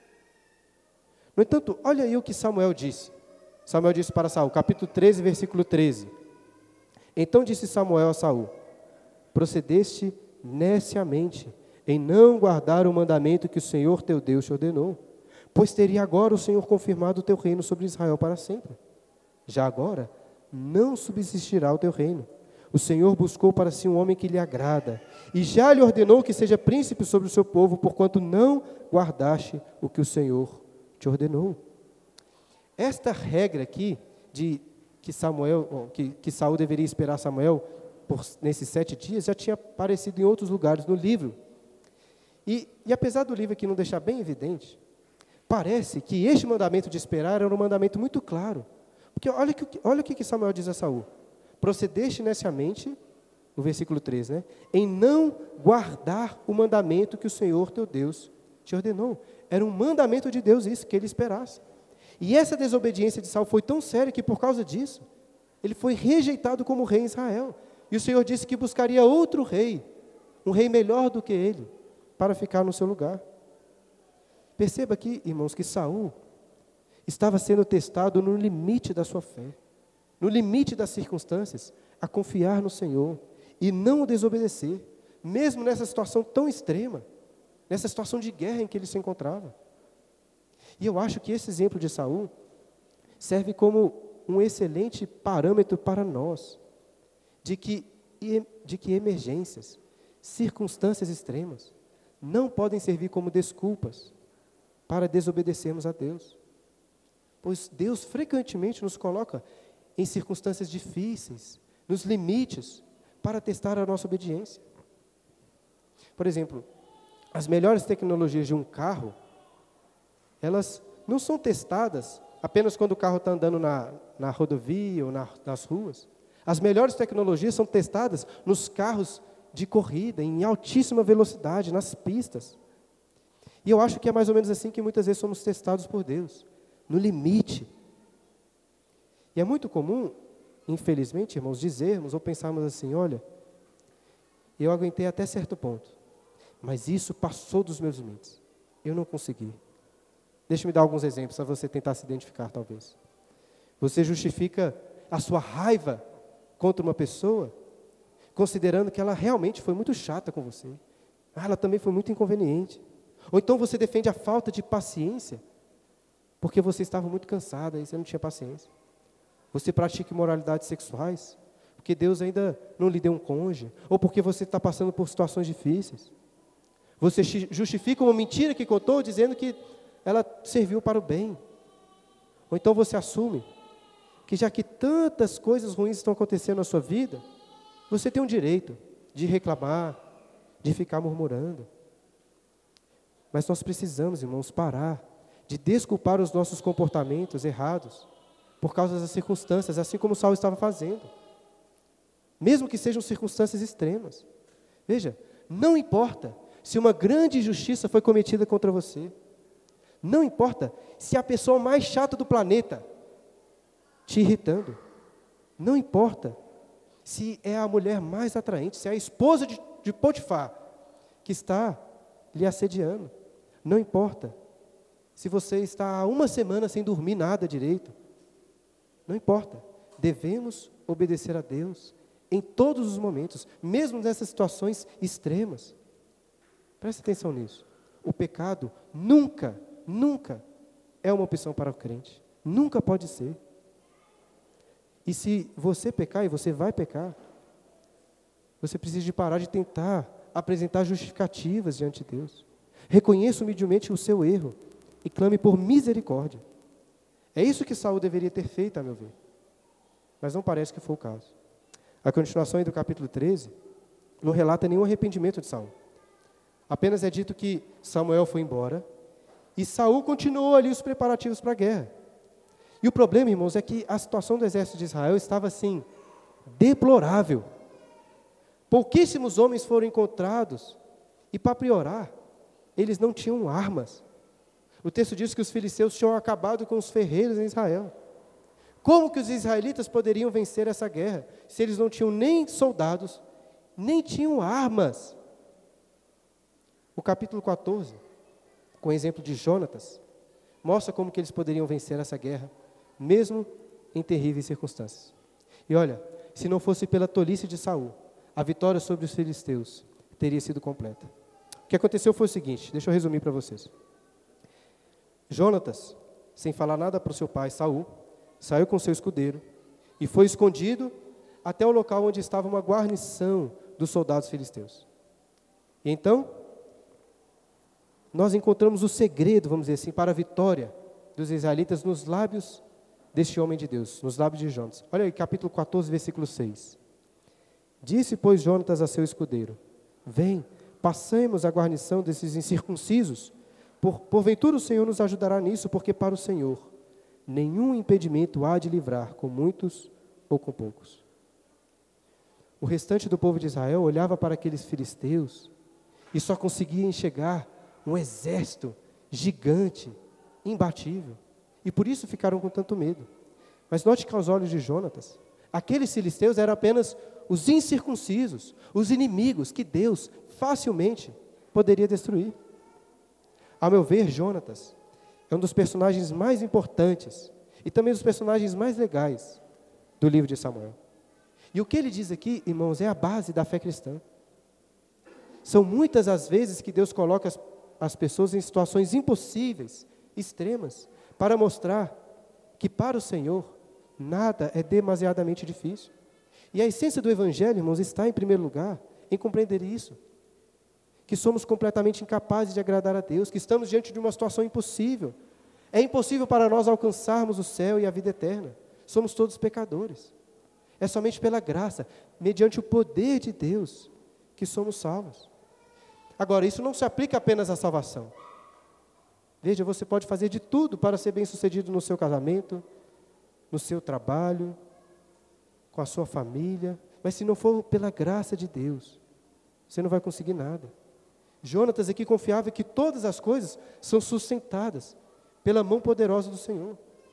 No entanto, olha aí o que Samuel disse. Samuel disse para Saul, capítulo treze, versículo treze. Então disse Samuel a Saul: procedeste neciamente em não guardar o mandamento que o Senhor teu Deus te ordenou, pois teria agora o Senhor confirmado o teu reino sobre Israel para sempre. Já agora não subsistirá o teu reino. O Senhor buscou para si um homem que lhe agrada, e já lhe ordenou que seja príncipe sobre o seu povo, porquanto não guardaste o que o Senhor te ordenou. Esta regra aqui, de que Samuel, que, que Saul deveria esperar Samuel por, nesses sete dias, já tinha aparecido em outros lugares no livro. E, e apesar do livro aqui não deixar bem evidente, parece que este mandamento de esperar era um mandamento muito claro. Porque olha, que, olha o que Samuel diz a Saul: procedeste neciamente, no versículo treze, né, em não guardar o mandamento que o Senhor teu Deus te ordenou. Era um mandamento de Deus isso, que ele esperasse. E essa desobediência de Saul foi tão séria que por causa disso, ele foi rejeitado como rei em Israel. E o Senhor disse que buscaria outro rei, um rei melhor do que ele, para ficar no seu lugar. Perceba aqui, irmãos, que Saul estava sendo testado no limite da sua fé, no limite das circunstâncias, a confiar no Senhor e não o desobedecer, mesmo nessa situação tão extrema, nessa situação de guerra em que ele se encontrava. E eu acho que esse exemplo de Saul serve como um excelente parâmetro para nós, de que, de que emergências, circunstâncias extremas, não podem servir como desculpas para desobedecermos a Deus. Pois Deus frequentemente nos coloca em circunstâncias difíceis, nos limites, para testar a nossa obediência. Por exemplo, as melhores tecnologias de um carro, elas não são testadas apenas quando o carro está andando na, na rodovia ou na, nas ruas. As melhores tecnologias são testadas nos carros de corrida, em altíssima velocidade, nas pistas. E eu acho que é mais ou menos assim que muitas vezes somos testados por Deus, no limite. E é muito comum, infelizmente, irmãos, dizermos ou pensarmos assim, olha, eu aguentei até certo ponto, mas isso passou dos meus limites. Eu não consegui. Deixa-me dar alguns exemplos para você tentar se identificar, talvez. Você justifica a sua raiva contra uma pessoa, considerando que ela realmente foi muito chata com você. Ah, ela também foi muito inconveniente. Ou então você defende a falta de paciência, porque você estava muito cansada e você não tinha paciência. Você pratica imoralidades sexuais, porque Deus ainda não lhe deu um cônjuge, ou porque você está passando por situações difíceis. Você justifica uma mentira que contou, dizendo que ela serviu para o bem. Ou então você assume que já que tantas coisas ruins estão acontecendo na sua vida, você tem o direito de reclamar, de ficar murmurando. Mas nós precisamos, irmãos, parar de desculpar os nossos comportamentos errados por causa das circunstâncias, assim como Saul estava fazendo. Mesmo que sejam circunstâncias extremas. Veja, não importa se uma grande injustiça foi cometida contra você. Não importa se a pessoa mais chata do planeta te irritando. Não importa se é a mulher mais atraente, se é a esposa de, de Potifar que está lhe assediando. Não importa se você está há uma semana sem dormir nada direito. Não importa. Devemos obedecer a Deus em todos os momentos, mesmo nessas situações extremas. Preste atenção nisso. O pecado nunca, nunca é uma opção para o crente. Nunca pode ser. E se você pecar, e você vai pecar, você precisa de parar de tentar apresentar justificativas diante de Deus. Reconheça humildemente o seu erro e clame por misericórdia. É isso que Saul deveria ter feito, a meu ver. Mas não parece que foi o caso. A continuação aí do capítulo treze não relata nenhum arrependimento de Saul. Apenas é dito que Samuel foi embora e Saul continuou ali os preparativos para a guerra. E o problema, irmãos, é que a situação do exército de Israel estava assim, deplorável. Pouquíssimos homens foram encontrados e, para piorar, eles não tinham armas. O texto diz que os filisteus tinham acabado com os ferreiros em Israel. Como que os israelitas poderiam vencer essa guerra se eles não tinham nem soldados, nem tinham armas? O capítulo quatorze, com o exemplo de Jonatas, mostra como que eles poderiam vencer essa guerra, mesmo em terríveis circunstâncias. E olha, se não fosse pela tolice de Saul, a vitória sobre os filisteus teria sido completa. O que aconteceu foi o seguinte, deixa eu resumir para vocês. Jonatas, sem falar nada para o seu pai Saul, saiu com seu escudeiro e foi escondido até o local onde estava uma guarnição dos soldados filisteus. E então, nós encontramos o segredo, vamos dizer assim, para a vitória dos israelitas nos lábios deste homem de Deus, nos lábios de Jonatas. Olha aí, capítulo quatorze, versículo seis. Disse, pois, Jonatas a seu escudeiro, vem, passemos a guarnição desses incircuncisos, por, porventura o Senhor nos ajudará nisso, porque para o Senhor nenhum impedimento há de livrar com muitos ou com poucos. O restante do povo de Israel olhava para aqueles filisteus e só conseguia enxergar um exército gigante, imbatível. E por isso ficaram com tanto medo. Mas note que aos olhos de Jonatas, aqueles filisteus eram apenas os incircuncisos, os inimigos que Deus facilmente poderia destruir. Ao meu ver, Jonatas é um dos personagens mais importantes e também dos personagens mais legais do livro de Samuel. E o que ele diz aqui, irmãos, é a base da fé cristã. São muitas as vezes que Deus coloca as, as pessoas em situações impossíveis, extremas, para mostrar que para o Senhor nada é demasiadamente difícil. E a essência do Evangelho, irmãos, está em primeiro lugar em compreender isso. Que somos completamente incapazes de agradar a Deus, que estamos diante de uma situação impossível. É impossível para nós alcançarmos o céu e a vida eterna. Somos todos pecadores. É somente pela graça, mediante o poder de Deus, que somos salvos. Agora, isso não se aplica apenas à salvação. Veja, você pode fazer de tudo para ser bem-sucedido no seu casamento, no seu trabalho, com a sua família, mas se não for pela graça de Deus, você não vai conseguir nada. Jonatas aqui confiava que todas as coisas são sustentadas pela mão poderosa do Senhor.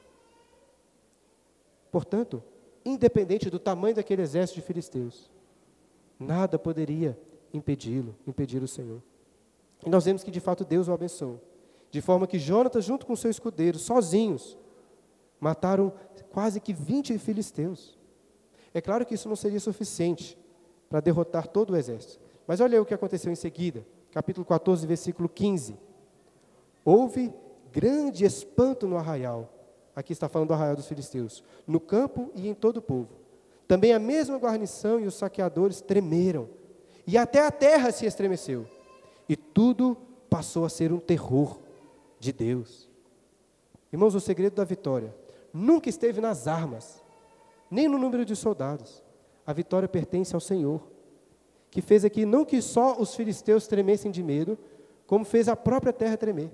Portanto, independente do tamanho daquele exército de filisteus, nada poderia impedi-lo, impedir o Senhor. E nós vemos que de fato Deus o abençoou, de forma que Jonatas, junto com seu escudeiro, sozinhos, mataram quase que vinte filisteus. É claro que isso não seria suficiente para derrotar todo o exército. Mas olha aí o que aconteceu em seguida, capítulo quatorze, versículo quinze. Houve grande espanto no arraial, aqui está falando do arraial dos filisteus, no campo e em todo o povo. Também a mesma guarnição e os saqueadores tremeram, e até a terra se estremeceu, e tudo passou a ser um terror de Deus. Irmãos, o segredo da vitória nunca esteve nas armas, nem no número de soldados. A vitória pertence ao Senhor, que fez aqui não que só os filisteus tremessem de medo, como fez a própria terra tremer.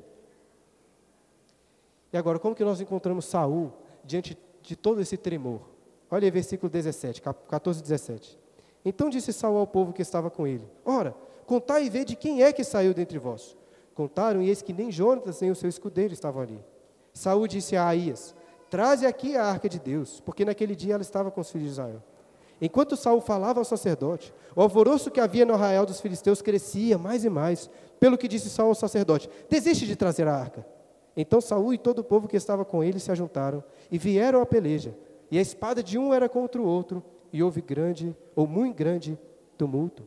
E agora, como que nós encontramos Saul diante de todo esse tremor? Olha aí, versículo dezessete, quatorze, dezessete. Então disse Saul ao povo que estava com ele: Ora, contai e vê de quem é que saiu dentre vós. Contaram, e eis que nem Jonatas nem o seu escudeiro estavam ali. Saul disse a Aías: Traze aqui a arca de Deus, porque naquele dia ela estava com os filhos de Israel. Enquanto Saul falava ao sacerdote, o alvoroço que havia no arraial dos filisteus crescia mais e mais, pelo que disse Saul ao sacerdote: Desiste de trazer a arca. Então Saul e todo o povo que estava com ele se ajuntaram e vieram à peleja, e a espada de um era contra o outro, e houve grande, ou muito grande, tumulto.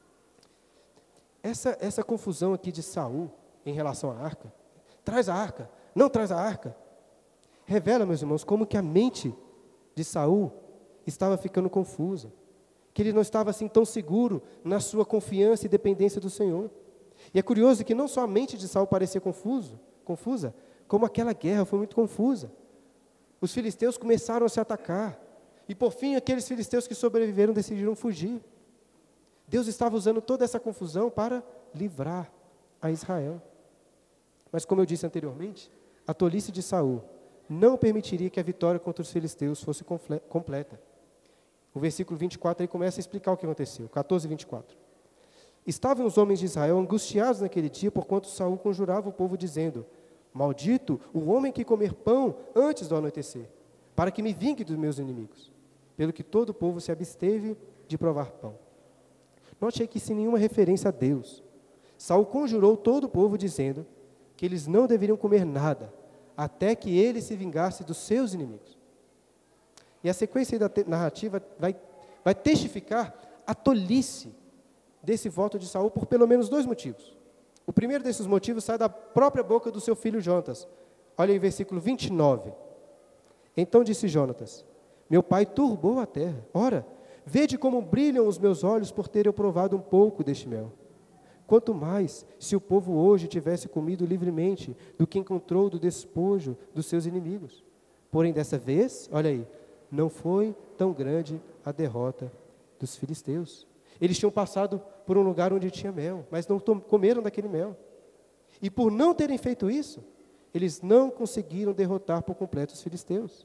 Essa, essa confusão aqui de Saul em relação à arca, traz a arca, não traz a arca, revela, meus irmãos, como que a mente de Saul estava ficando confusa, que ele não estava assim tão seguro na sua confiança e dependência do Senhor. E é curioso que não só a mente de Saul parecia confuso, confusa, como aquela guerra foi muito confusa. Os filisteus começaram a se atacar, e por fim aqueles filisteus que sobreviveram decidiram fugir. Deus estava usando toda essa confusão para livrar a Israel. Mas como eu disse anteriormente, a tolice de Saul não permitiria que a vitória contra os filisteus fosse completa. O versículo vinte e quatro aí começa a explicar o que aconteceu, quatorze, vinte e quatro. Estavam os homens de Israel angustiados naquele dia, porquanto Saul conjurava o povo, dizendo: Maldito o homem que comer pão antes do anoitecer, para que me vingue dos meus inimigos. Pelo que todo o povo se absteve de provar pão. Note aí que sem nenhuma referência a Deus, Saul conjurou todo o povo, dizendo que eles não deveriam comer nada, até que ele se vingasse dos seus inimigos. E a sequência da narrativa vai, vai testificar a tolice desse voto de Saul por pelo menos dois motivos. O primeiro desses motivos sai da própria boca do seu filho Jonatas. Olha aí o versículo vinte e nove. Então disse Jonatas: Meu pai turbou a terra. Ora, vede como brilham os meus olhos por ter eu provado um pouco deste mel. Quanto mais, se o povo hoje tivesse comido livremente do que encontrou do despojo dos seus inimigos. Porém, dessa vez, olha aí, não foi tão grande a derrota dos filisteus. Eles tinham passado por um lugar onde tinha mel, mas não comeram daquele mel. E por não terem feito isso, eles não conseguiram derrotar por completo os filisteus.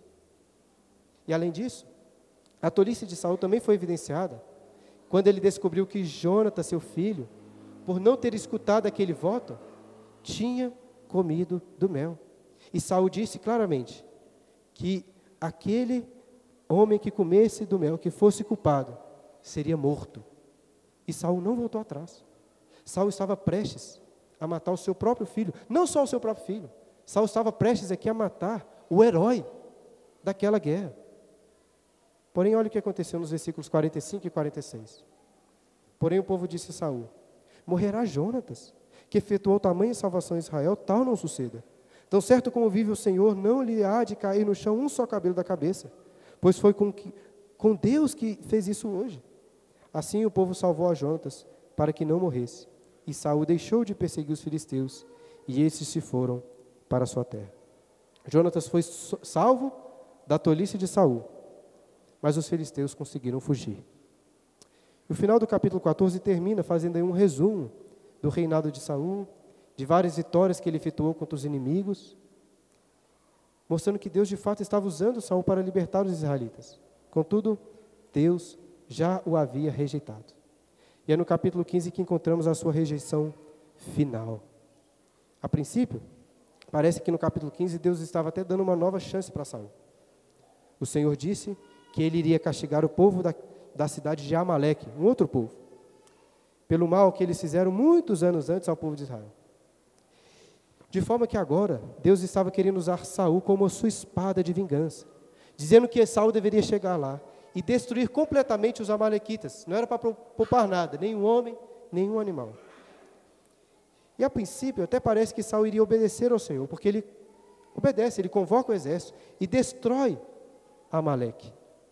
E além disso, a tolice de Saul também foi evidenciada quando ele descobriu que Jonatas, seu filho, por não ter escutado aquele voto, tinha comido do mel. E Saul disse claramente que aquele homem que comesse do mel, que fosse culpado, seria morto. E Saul não voltou atrás. Saul estava prestes a matar o seu próprio filho. Não só o seu próprio filho. Saul estava prestes aqui a matar o herói daquela guerra. Porém, olha o que aconteceu nos versículos quarenta e cinco e quarenta e seis. Porém, o povo disse a Saul: morrerá Jonatas, que efetuou tamanha salvação em Israel, tal não suceda. Tão certo como vive o Senhor, não lhe há de cair no chão um só cabelo da cabeça, pois foi com, que, com Deus que fez isso hoje. Assim o povo salvou a Jonatas, para que não morresse. E Saul deixou de perseguir os filisteus, e esses se foram para a sua terra. Jonatas foi salvo da tolice de Saul, mas os filisteus conseguiram fugir. E o final do capítulo quatorze termina fazendo aí um resumo do reinado de Saul, de várias vitórias que ele efetuou contra os inimigos, mostrando que Deus de fato estava usando Saul para libertar os israelitas. Contudo, Deus já o havia rejeitado. E é no capítulo quinze que encontramos a sua rejeição final. A princípio, parece que no capítulo quinze Deus estava até dando uma nova chance para Saul. O Senhor disse que ele iria castigar o povo da, da cidade de Amaleque, um outro povo, pelo mal que eles fizeram muitos anos antes ao povo de Israel. De forma que agora, Deus estava querendo usar Saul como a sua espada de vingança, dizendo que Saul deveria chegar lá e destruir completamente os amalequitas. Não era para poupar nada, nenhum homem, nenhum animal. E a princípio, até parece que Saul iria obedecer ao Senhor, porque ele obedece, ele convoca o exército e destrói Amaleque.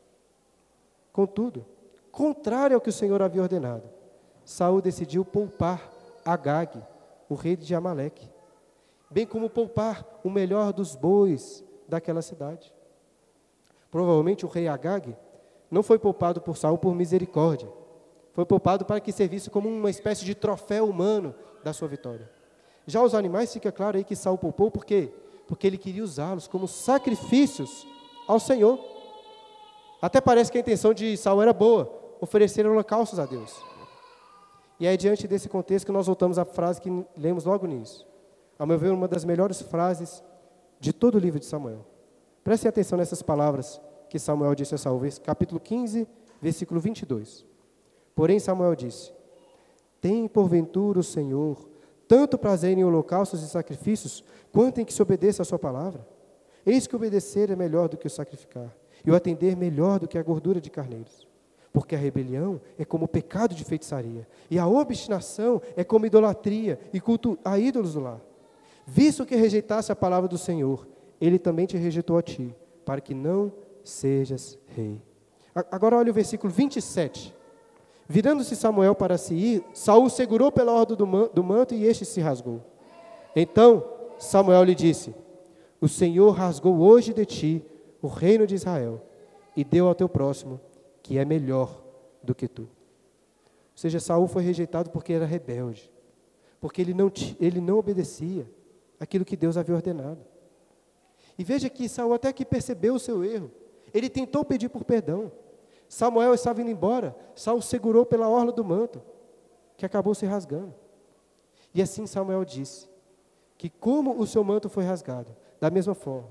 Contudo, contrário ao que o Senhor havia ordenado, Saul decidiu poupar Agag, o rei de Amaleque, bem como poupar o melhor dos bois daquela cidade. Provavelmente o rei Agag não foi poupado por Saul por misericórdia, foi poupado para que servisse como uma espécie de troféu humano da sua vitória. Já os animais, fica claro aí que Saul poupou, por quê? Porque ele queria usá-los como sacrifícios ao Senhor. Até parece que a intenção de Saul era boa, oferecer holocaustos a Deus. E é diante desse contexto que nós voltamos à frase que lemos logo nisso. A meu ver, uma das melhores frases de todo o livro de Samuel. Prestem atenção nessas palavras que Samuel disse a Saul, capítulo quinze, versículo vinte e dois. Porém Samuel disse: tem porventura o Senhor tanto prazer em holocaustos e sacrifícios, quanto em que se obedeça a sua palavra? Eis que obedecer é melhor do que o sacrificar, e o atender melhor do que a gordura de carneiros. Porque a rebelião é como o pecado de feitiçaria, e a obstinação é como idolatria e culto a ídolos do lar. Visto que rejeitasse a palavra do Senhor, ele também te rejeitou a ti, para que não sejas rei. Agora olha o versículo vinte e sete. Virando-se Samuel para se ir, Saul segurou pela orla do manto e este se rasgou. Então Samuel lhe disse: o Senhor rasgou hoje de ti o reino de Israel e deu ao teu próximo, que é melhor do que tu. Ou seja, Saul foi rejeitado porque era rebelde, porque ele não, ele não obedecia aquilo que Deus havia ordenado. E veja que Saul até que percebeu o seu erro, ele tentou pedir por perdão. Samuel estava indo embora, Saul segurou pela orla do manto, que acabou se rasgando. E assim Samuel disse, que como o seu manto foi rasgado, da mesma forma,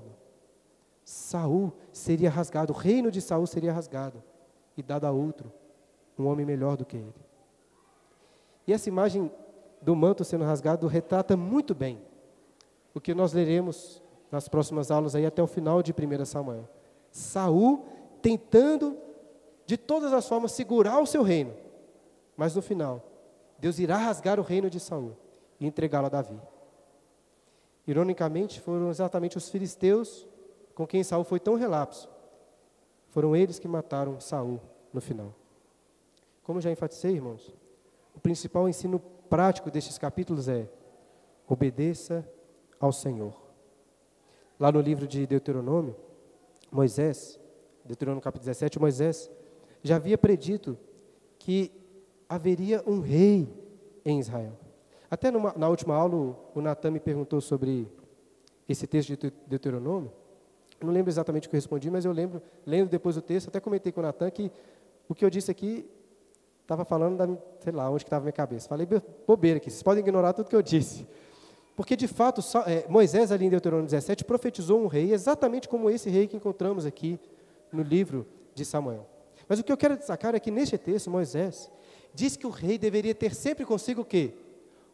Saul seria rasgado, o reino de Saul seria rasgado, e dado a outro, um homem melhor do que ele. E essa imagem do manto sendo rasgado retrata muito bem o que nós leremos nas próximas aulas aí até o final de primeiro Samuel. Saul tentando de todas as formas segurar o seu reino, mas no final Deus irá rasgar o reino de Saul e entregá-lo a Davi. Ironicamente, foram exatamente os filisteus com quem Saul foi tão relapso, foram eles que mataram Saul no final. Como já enfatizei, irmãos, o principal ensino prático destes capítulos é: obedeça ao Senhor. Lá no livro de Deuteronômio, Moisés, Deuteronômio capítulo dezessete, Moisés já havia predito que haveria um rei em Israel. Até numa, na última aula, o Natan me perguntou sobre esse texto de Deuteronômio. Eu não lembro exatamente o que eu respondi, mas eu lembro, lendo depois o texto, até comentei com o Natan que o que eu disse aqui estava falando da, sei lá, onde que estava a minha cabeça. Falei bobeira aqui, vocês podem ignorar tudo que eu disse. Porque, de fato, Moisés, ali em Deuteronômio dezessete, profetizou um rei, exatamente como esse rei que encontramos aqui no livro de Samuel. Mas o que eu quero destacar é que, neste texto, Moisés diz que o rei deveria ter sempre consigo o quê?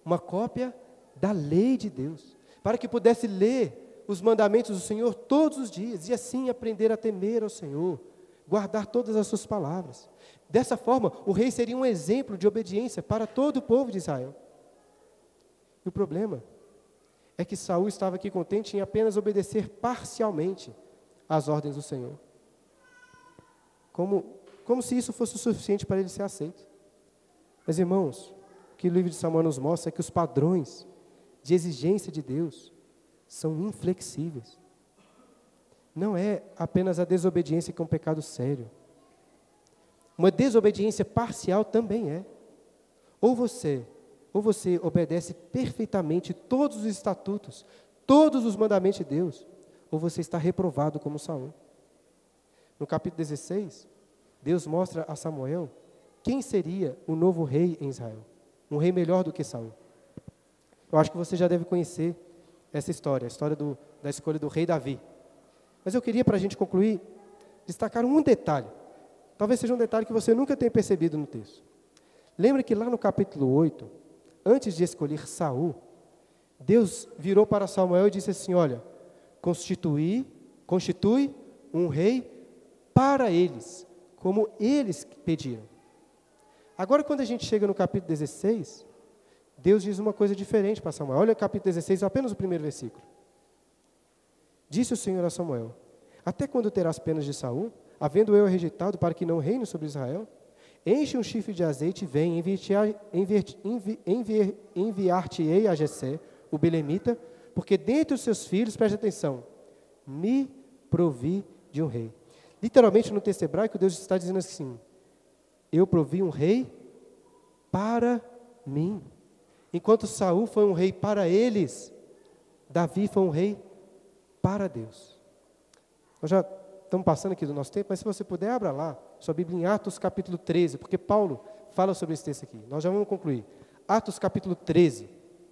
uma cópia da lei de Deus, para que pudesse ler os mandamentos do Senhor todos os dias, e assim aprender a temer ao Senhor, guardar todas as suas palavras. Dessa forma, o rei seria um exemplo de obediência para todo o povo de Israel. E o problema é que Saul estava aqui contente em apenas obedecer parcialmente às ordens do Senhor. Como, como se isso fosse o suficiente para ele ser aceito. Mas, irmãos, o que o livro de Samuel nos mostra é que os padrões de exigência de Deus são inflexíveis. Não é apenas a desobediência que é um pecado sério. Uma desobediência parcial também é. Ou você, ou você obedece perfeitamente todos os estatutos, todos os mandamentos de Deus, ou você está reprovado como Saul. No capítulo dezesseis, Deus mostra a Samuel quem seria o novo rei em Israel. Um rei melhor do que Saul. Eu acho que você já deve conhecer essa história, a história do, da escolha do rei Davi. Mas eu queria, para a gente concluir, destacar um detalhe. Talvez seja um detalhe que você nunca tenha percebido no texto. Lembra que lá no capítulo oito, antes de escolher Saul, Deus virou para Samuel e disse assim, olha, constitui, constitui um rei para eles, como eles pediram. Agora, quando a gente chega no capítulo dezesseis, Deus diz uma coisa diferente para Samuel. Olha o capítulo dezesseis, apenas o primeiro versículo. Disse o Senhor a Samuel, até quando terás penas de Saul, havendo eu rejeitado para que não reine sobre Israel? Enche um chifre de azeite e vem, enviar-te-ei a Jessé, o belemita, porque dentre os seus filhos, preste atenção, me provi de um rei. Literalmente, no texto hebraico, Deus está dizendo assim, eu provi um rei para mim. Enquanto Saul foi um rei para eles, Davi foi um rei para Deus. Nós já estamos passando aqui do nosso tempo, mas se você puder, abra lá sua Bíblia em Atos capítulo treze, porque Paulo fala sobre esse texto aqui. Nós já vamos concluir. Atos capítulo treze.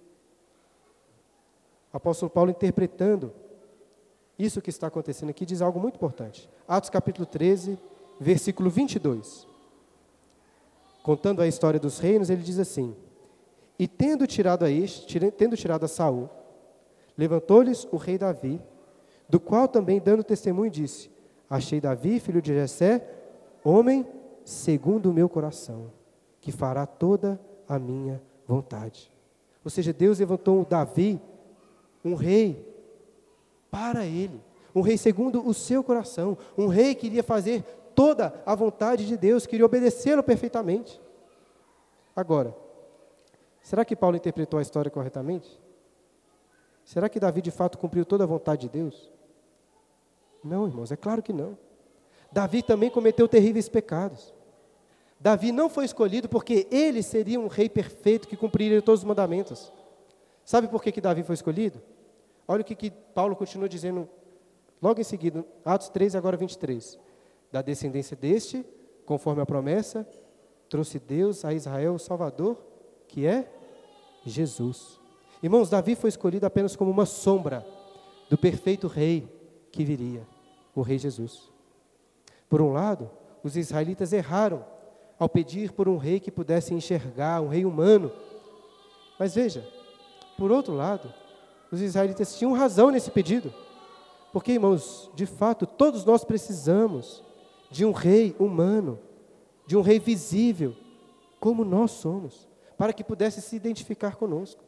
O apóstolo Paulo, interpretando isso que está acontecendo aqui, diz algo muito importante. Atos capítulo treze, versículo vinte e dois. Contando a história dos reinos, ele diz assim, e tendo tirado a este, tendo tirado a Saul, levantou-lhes o rei Davi, do qual também, dando testemunho, disse, achei Davi, filho de Jessé, homem segundo o meu coração, que fará toda a minha vontade. Ou seja, Deus levantou o Davi, um rei, para ele, um rei segundo o seu coração, um rei que iria fazer toda a vontade de Deus, queria obedecê-lo perfeitamente. Agora, será que Paulo interpretou a história corretamente? Será que Davi de fato cumpriu toda a vontade de Deus? Não, irmãos, é claro que não. Davi também cometeu terríveis pecados. Davi não foi escolhido porque ele seria um rei perfeito que cumpriria todos os mandamentos. Sabe por que, que Davi foi escolhido? Olha o que, que Paulo continua dizendo logo em seguida, Atos três, agora vinte e três. Da descendência deste, conforme a promessa, trouxe Deus a Israel o Salvador, que é Jesus. Irmãos, Davi foi escolhido apenas como uma sombra do perfeito rei que viria, o rei Jesus. Por um lado, os israelitas erraram ao pedir por um rei que pudesse enxergar, um rei humano. Mas veja, por outro lado, os israelitas tinham razão nesse pedido. Porque, irmãos, de fato, todos nós precisamos de um rei humano, de um rei visível, como nós somos, para que pudesse se identificar conosco.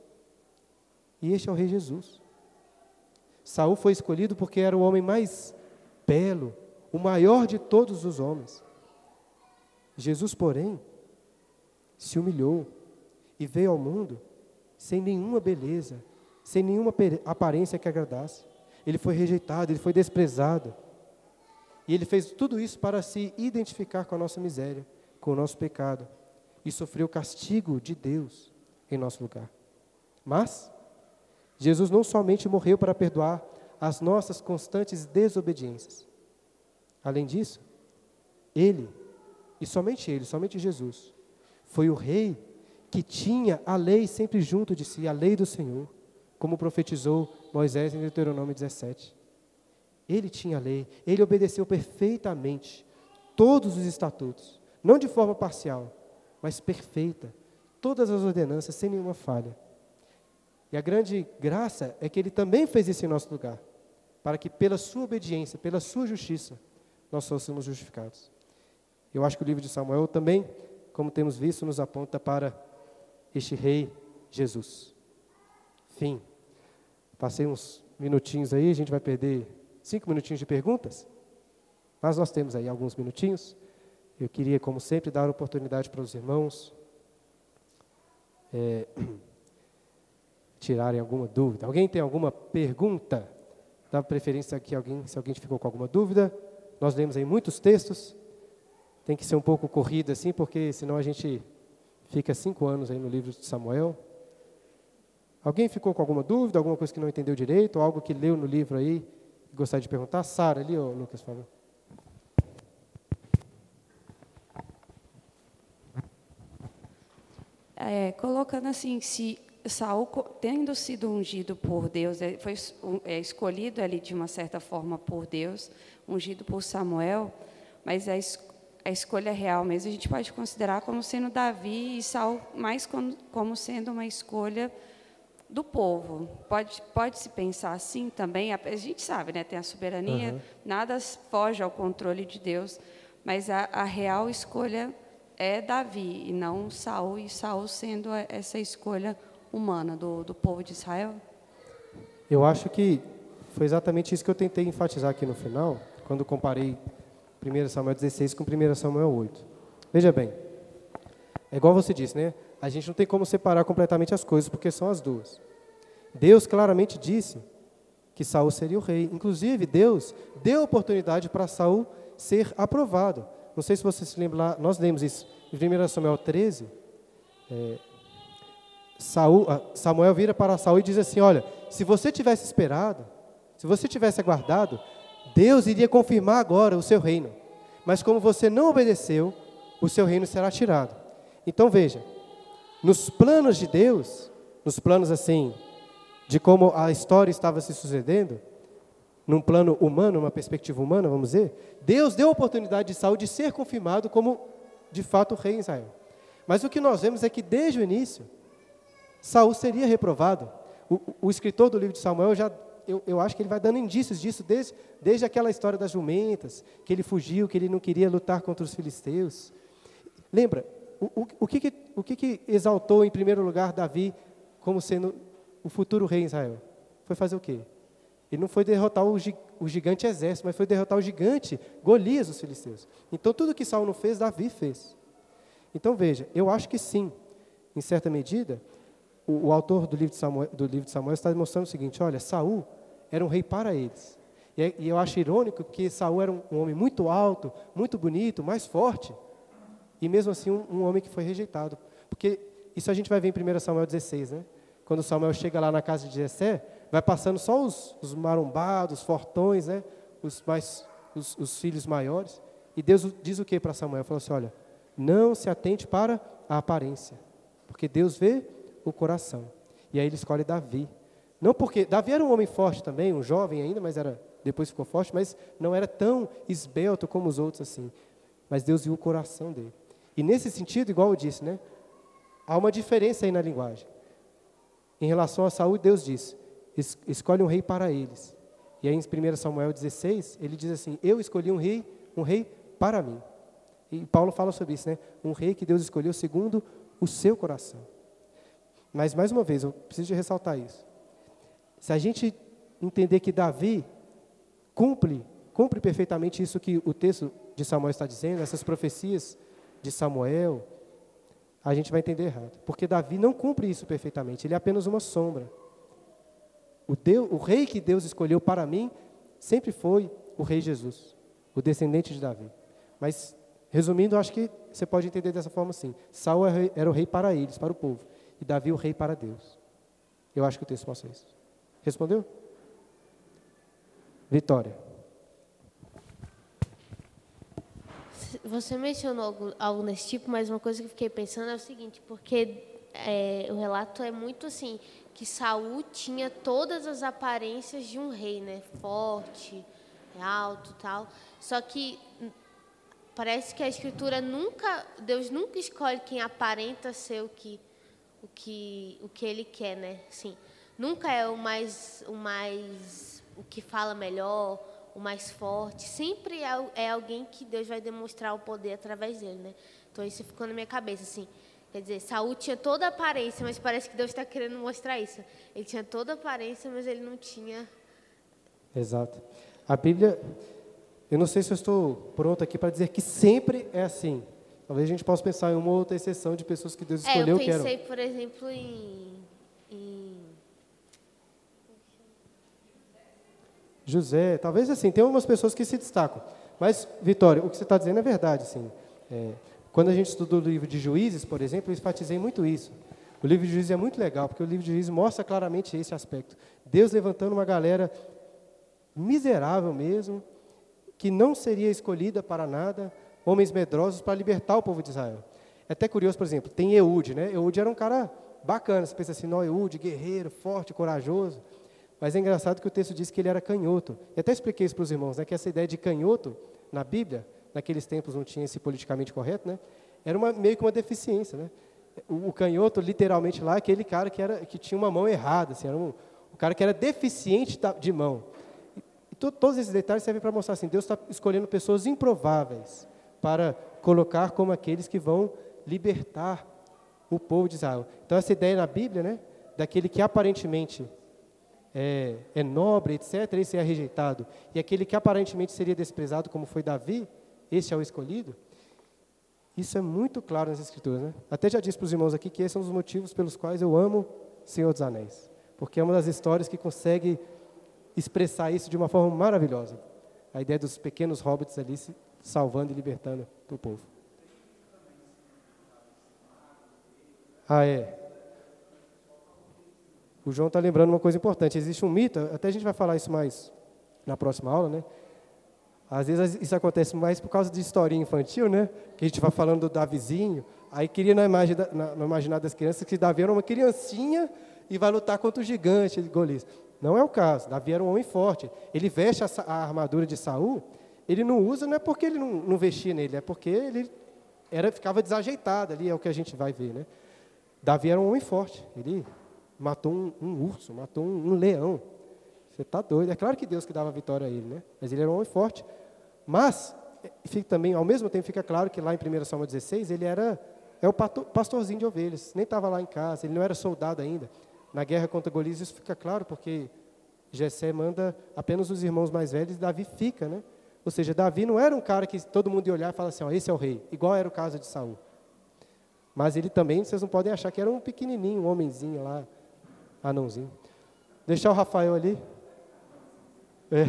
E este é o rei Jesus. Saul foi escolhido porque era o homem mais belo, o maior de todos os homens. Jesus, porém, se humilhou e veio ao mundo sem nenhuma beleza, sem nenhuma aparência que agradasse. Ele foi rejeitado, ele foi desprezado. E ele fez tudo isso para se identificar com a nossa miséria, com o nosso pecado. E sofreu o castigo de Deus em nosso lugar. Mas Jesus não somente morreu para perdoar as nossas constantes desobediências. Além disso, Ele, e somente Ele, somente Jesus, foi o Rei que tinha a lei sempre junto de si, a lei do Senhor, como profetizou Moisés em Deuteronômio dezessete. Ele tinha a lei, Ele obedeceu perfeitamente todos os estatutos, não de forma parcial, mas perfeita, todas as ordenanças, sem nenhuma falha. E a grande graça é que ele também fez isso em nosso lugar, para que pela sua obediência, pela sua justiça, nós fôssemos justificados. Eu acho que o livro de Samuel também, como temos visto, nos aponta para este rei Jesus. Fim. Passei uns minutinhos aí, a gente vai perder cinco minutinhos de perguntas, mas nós temos aí alguns minutinhos. Eu queria, como sempre, dar oportunidade para os irmãos é, tirarem alguma dúvida. Alguém tem alguma pergunta? Dá preferência que alguém, se alguém ficou com alguma dúvida. Nós lemos aí muitos textos. Tem que ser um pouco corrido assim, porque senão a gente fica cinco anos aí no livro de Samuel. Alguém ficou com alguma dúvida, alguma coisa que não entendeu direito, ou algo que leu no livro aí e gostaria de perguntar? Sara, ali, ó, Lucas, por favor. É, colocando assim, se Saul, tendo sido ungido por Deus, foi é, escolhido ali de uma certa forma por Deus, ungido por Samuel, mas a, es, a escolha real mesmo a gente pode considerar como sendo Davi e Saul mais como, como sendo uma escolha do povo. Pode, pode-se pensar assim também, a, a gente sabe, né, tem a soberania, uhum. Nada foge ao controle de Deus, mas a, a real escolha é Davi, e não Saul, e Saul sendo essa escolha humana do, do povo de Israel? Eu acho que foi exatamente isso que eu tentei enfatizar aqui no final, quando comparei primeiro Samuel dezesseis com primeiro Samuel oito. Veja bem, é igual você disse, né? A gente não tem como separar completamente as coisas, porque são as duas. Deus claramente disse que Saul seria o rei. Inclusive, Deus deu oportunidade para Saul ser aprovado. Não sei se você se lembra lá, nós lemos isso em primeiro Samuel treze. É, Saul, Samuel vira para Saul e diz assim, olha, se você tivesse esperado, se você tivesse aguardado, Deus iria confirmar agora o seu reino. Mas como você não obedeceu, o seu reino será tirado. Então veja, nos planos de Deus, nos planos assim, de como a história estava se sucedendo, num plano humano, uma perspectiva humana, vamos dizer, Deus deu a oportunidade de Saul de ser confirmado como, de fato, o rei em Israel. Mas o que nós vemos é que, desde o início, Saul seria reprovado. O, o, o escritor do livro de Samuel, já, eu, eu acho que ele vai dando indícios disso, desde, desde aquela história das jumentas, que ele fugiu, que ele não queria lutar contra os filisteus. Lembra, o, o, o, que, que, o que, que exaltou, em primeiro lugar, Davi como sendo o futuro rei em Israel? Foi fazer o quê? Ele não foi derrotar o, o gigante exército, mas foi derrotar o gigante Golias, os filisteus. Então, tudo que Saul não fez, Davi fez. Então, veja, eu acho que sim, em certa medida, o, o autor do livro, de Samuel, do livro de Samuel está demonstrando o seguinte, olha, Saul era um rei para eles. E, e eu acho irônico que Saul era um, um homem muito alto, muito bonito, mais forte, e mesmo assim um, um homem que foi rejeitado. Porque isso a gente vai ver em primeiro Samuel dezesseis, né? Quando Samuel chega lá na casa de Jessé, vai passando só os, os marombados, fortões, né? os, mais, os, os filhos maiores. E Deus diz o que para Samuel? Falou assim, olha, não se atente para a aparência, porque Deus vê o coração. E aí ele escolhe Davi. Não porque, Davi era um homem forte também, um jovem ainda, mas era, depois ficou forte, mas não era tão esbelto como os outros assim. Mas Deus viu o coração dele. E nesse sentido, igual eu disse, né? Há uma diferença aí na linguagem. Em relação à Saul, Deus diz, es, escolhe um rei para eles. E aí em primeiro Samuel dezesseis, ele diz assim, eu escolhi um rei, um rei para mim. E Paulo fala sobre isso, né? Um rei que Deus escolheu segundo o seu coração. Mas, mais uma vez, eu preciso de ressaltar isso. Se a gente entender que Davi cumpre, cumpre perfeitamente isso que o texto de Samuel está dizendo, essas profecias de Samuel, a gente vai entender errado. Porque Davi não cumpre isso perfeitamente, ele é apenas uma sombra. O, Deus, o rei que Deus escolheu para mim sempre foi o rei Jesus, o descendente de Davi. Mas, resumindo, acho que você pode entender dessa forma assim. Saul era o rei para eles, para o povo, e Davi o rei para Deus. Eu acho que o texto mostra isso. Respondeu? Vitória. Você mencionou algo, algo nesse tipo, mas uma coisa que eu fiquei pensando é o seguinte, porque é, o relato é muito assim, que Saul tinha todas as aparências de um rei, né? Forte, alto, tal. Só que parece que a Escritura nunca, Deus nunca escolhe quem aparenta ser o que, o que, o que Ele quer, né? Assim, nunca é o mais, o mais, o que fala melhor, o mais forte. Sempre é, é alguém que Deus vai demonstrar o poder através dele, né? Então isso ficou na minha cabeça, assim. Quer dizer, Saul tinha toda a aparência, mas parece que Deus está querendo mostrar isso. Ele tinha toda a aparência, mas ele não tinha. Exato. A Bíblia, eu não sei se eu estou pronto aqui para dizer que sempre é assim. Talvez a gente possa pensar em uma outra exceção de pessoas que Deus escolheu que eram. É, eu pensei, por exemplo, em, em... José, talvez assim, tem algumas pessoas que se destacam. Mas, Vitória, o que você está dizendo é verdade, assim. É, quando a gente estuda o livro de Juízes, por exemplo, eu enfatizei muito isso. O livro de Juízes é muito legal, porque o livro de Juízes mostra claramente esse aspecto. Deus levantando uma galera miserável mesmo, que não seria escolhida para nada, homens medrosos para libertar o povo de Israel. É até curioso, por exemplo, tem Eude, né? Eude era um cara bacana, você pensa assim, não, Eude, guerreiro, forte, corajoso. Mas é engraçado que o texto diz que ele era canhoto. E até expliquei isso para os irmãos, né? Que essa ideia de canhoto, na Bíblia, naqueles tempos não tinha esse politicamente correto, né? Era uma, meio que uma deficiência, né? O, o canhoto, literalmente lá, é aquele cara que, era, que tinha uma mão errada, assim, era um, o cara que era deficiente da, de mão. E to, todos esses detalhes servem para mostrar assim, Deus está escolhendo pessoas improváveis para colocar como aqueles que vão libertar o povo de Israel. Então essa ideia na Bíblia, né? Daquele que aparentemente é, é nobre, etcétera, esse é rejeitado. E aquele que aparentemente seria desprezado, como foi Davi, esse é o escolhido. Isso é muito claro nas Escrituras, né? Até já disse para os irmãos aqui que esses são os motivos pelos quais eu amo Senhor dos Anéis. Porque é uma das histórias que consegue expressar isso de uma forma maravilhosa. A ideia dos pequenos hobbits ali se salvando e libertando o povo. Ah, é. O João está lembrando uma coisa importante. Existe um mito, até a gente vai falar isso mais na próxima aula, né? Às vezes isso acontece mais por causa de historinha infantil, né? Que a gente vai falando do Davizinho, aí queria na imagem da, na, no imaginário das crianças que Davi era uma criancinha e vai lutar contra o gigante, Golias. Não é o caso. Davi era um homem forte. Ele veste a, a armadura de Saul, ele não usa, não é porque ele não, não vestia nele, é porque ele era, ficava desajeitado ali, é o que a gente vai ver, né? Davi era um homem forte. Ele matou um, um urso, matou um, um leão. Você está doido. É claro que Deus que dava a vitória a ele, né? Mas ele era um homem forte. Mas, fica também, ao mesmo tempo, fica claro que lá em primeiro Samuel dezesseis, ele era é o pastorzinho de ovelhas, nem estava lá em casa, ele não era soldado ainda. Na guerra contra Golias, isso fica claro, porque Jessé manda apenas os irmãos mais velhos e Davi fica, né? Ou seja, Davi não era um cara que todo mundo ia olhar e falar assim, ó, esse é o rei, igual era o caso de Saul. Mas ele também, vocês não podem achar que era um pequenininho, um homenzinho lá, anãozinho. Deixar o Rafael ali. É.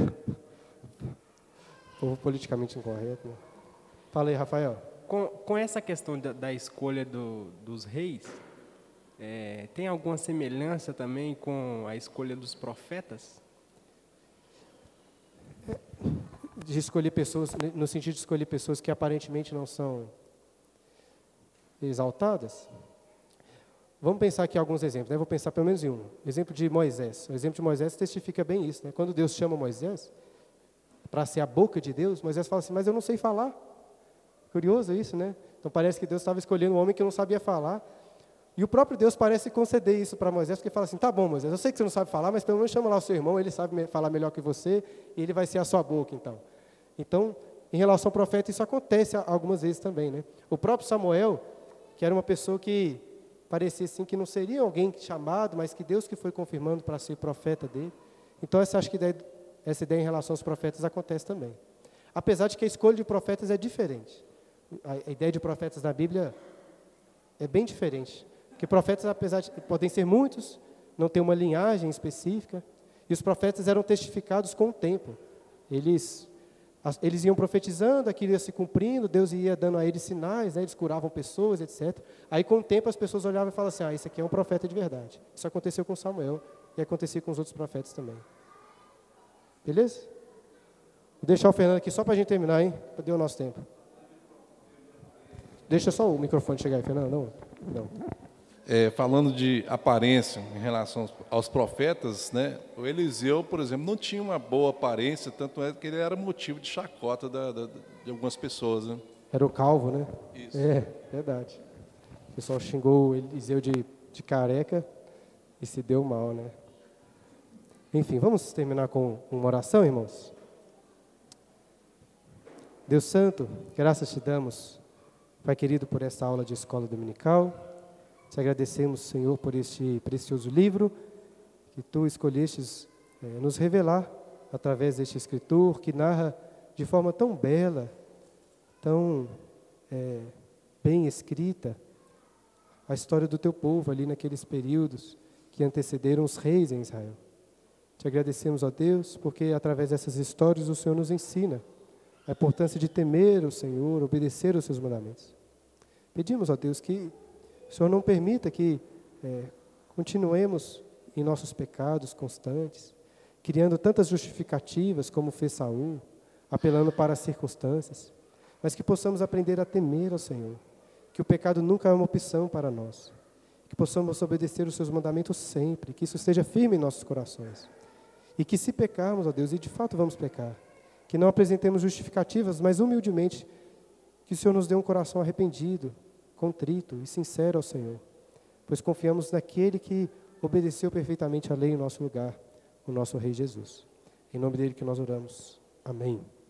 Povo politicamente incorreto, né? Fala aí, Rafael. Com, com essa questão da, da escolha do, dos reis, é, tem alguma semelhança também com a escolha dos profetas? De escolher pessoas, no sentido de escolher pessoas que aparentemente não são exaltadas? Vamos pensar aqui alguns exemplos, né? Vou pensar pelo menos em um. Exemplo de Moisés. O exemplo de Moisés testifica bem isso, né? Quando Deus chama Moisés para ser a boca de Deus, Moisés fala assim, mas eu não sei falar. Curioso isso, né? Então parece que Deus estava escolhendo um homem que não sabia falar. E o próprio Deus parece conceder isso para Moisés, porque fala assim, tá bom, Moisés, eu sei que você não sabe falar, mas pelo menos chama lá o seu irmão, ele sabe falar melhor que você, e ele vai ser a sua boca, então. Então, em relação ao profeta, isso acontece algumas vezes também, né? O próprio Samuel, que era uma pessoa que parecia assim que não seria alguém chamado, mas que Deus que foi confirmando para ser profeta dele. Então, essa, acho que ideia, essa ideia em relação aos profetas acontece também. Apesar de que a escolha de profetas é diferente. A, a ideia de profetas na Bíblia é bem diferente. Porque profetas, apesar de podem ser muitos, não tem uma linhagem específica, e os profetas eram testificados com o tempo. Eles, eles iam profetizando, aquilo ia se cumprindo, Deus ia dando a eles sinais, né, eles curavam pessoas, etcétera. Aí, com o tempo, as pessoas olhavam e falavam assim, ah, esse aqui é um profeta de verdade. Isso aconteceu com Samuel e acontecia com os outros profetas também. Beleza? Vou deixar o Fernando aqui só para a gente terminar, hein? Cadê o nosso tempo? Deixa só o microfone chegar aí, Fernando. Não, não. É, falando de aparência em relação aos, aos profetas, né, o Eliseu, por exemplo, não tinha uma boa aparência, tanto é que ele era motivo de chacota da, da, de algumas pessoas. Né? Era o calvo, né? Isso. É, verdade. O pessoal xingou o Eliseu de, de careca e se deu mal, né? Enfim, vamos terminar com uma oração, irmãos? Deus Santo, graças te damos, Pai querido, por esta aula de escola dominical. Te agradecemos, Senhor, por este precioso livro que Tu escolhestes é, nos revelar através deste escritor que narra de forma tão bela, tão é, bem escrita, a história do Teu povo ali naqueles períodos que antecederam os reis em Israel. Te agradecemos, ó Deus, porque através dessas histórias o Senhor nos ensina a importância de temer o Senhor, obedecer os Seus mandamentos. Pedimos, ó Deus, que o Senhor não permita que é, continuemos em nossos pecados constantes, criando tantas justificativas como fez Saul, apelando para as circunstâncias, mas que possamos aprender a temer ao Senhor, que o pecado nunca é uma opção para nós, que possamos obedecer os Seus mandamentos sempre, que isso esteja firme em nossos corações. E que se pecarmos, ó Deus, e de fato vamos pecar, que não apresentemos justificativas, mas humildemente, que o Senhor nos dê um coração arrependido, contrito e sincero ao Senhor, pois confiamos naquele que obedeceu perfeitamente a lei em nosso lugar, o nosso Rei Jesus. Em nome dele que nós oramos. Amém.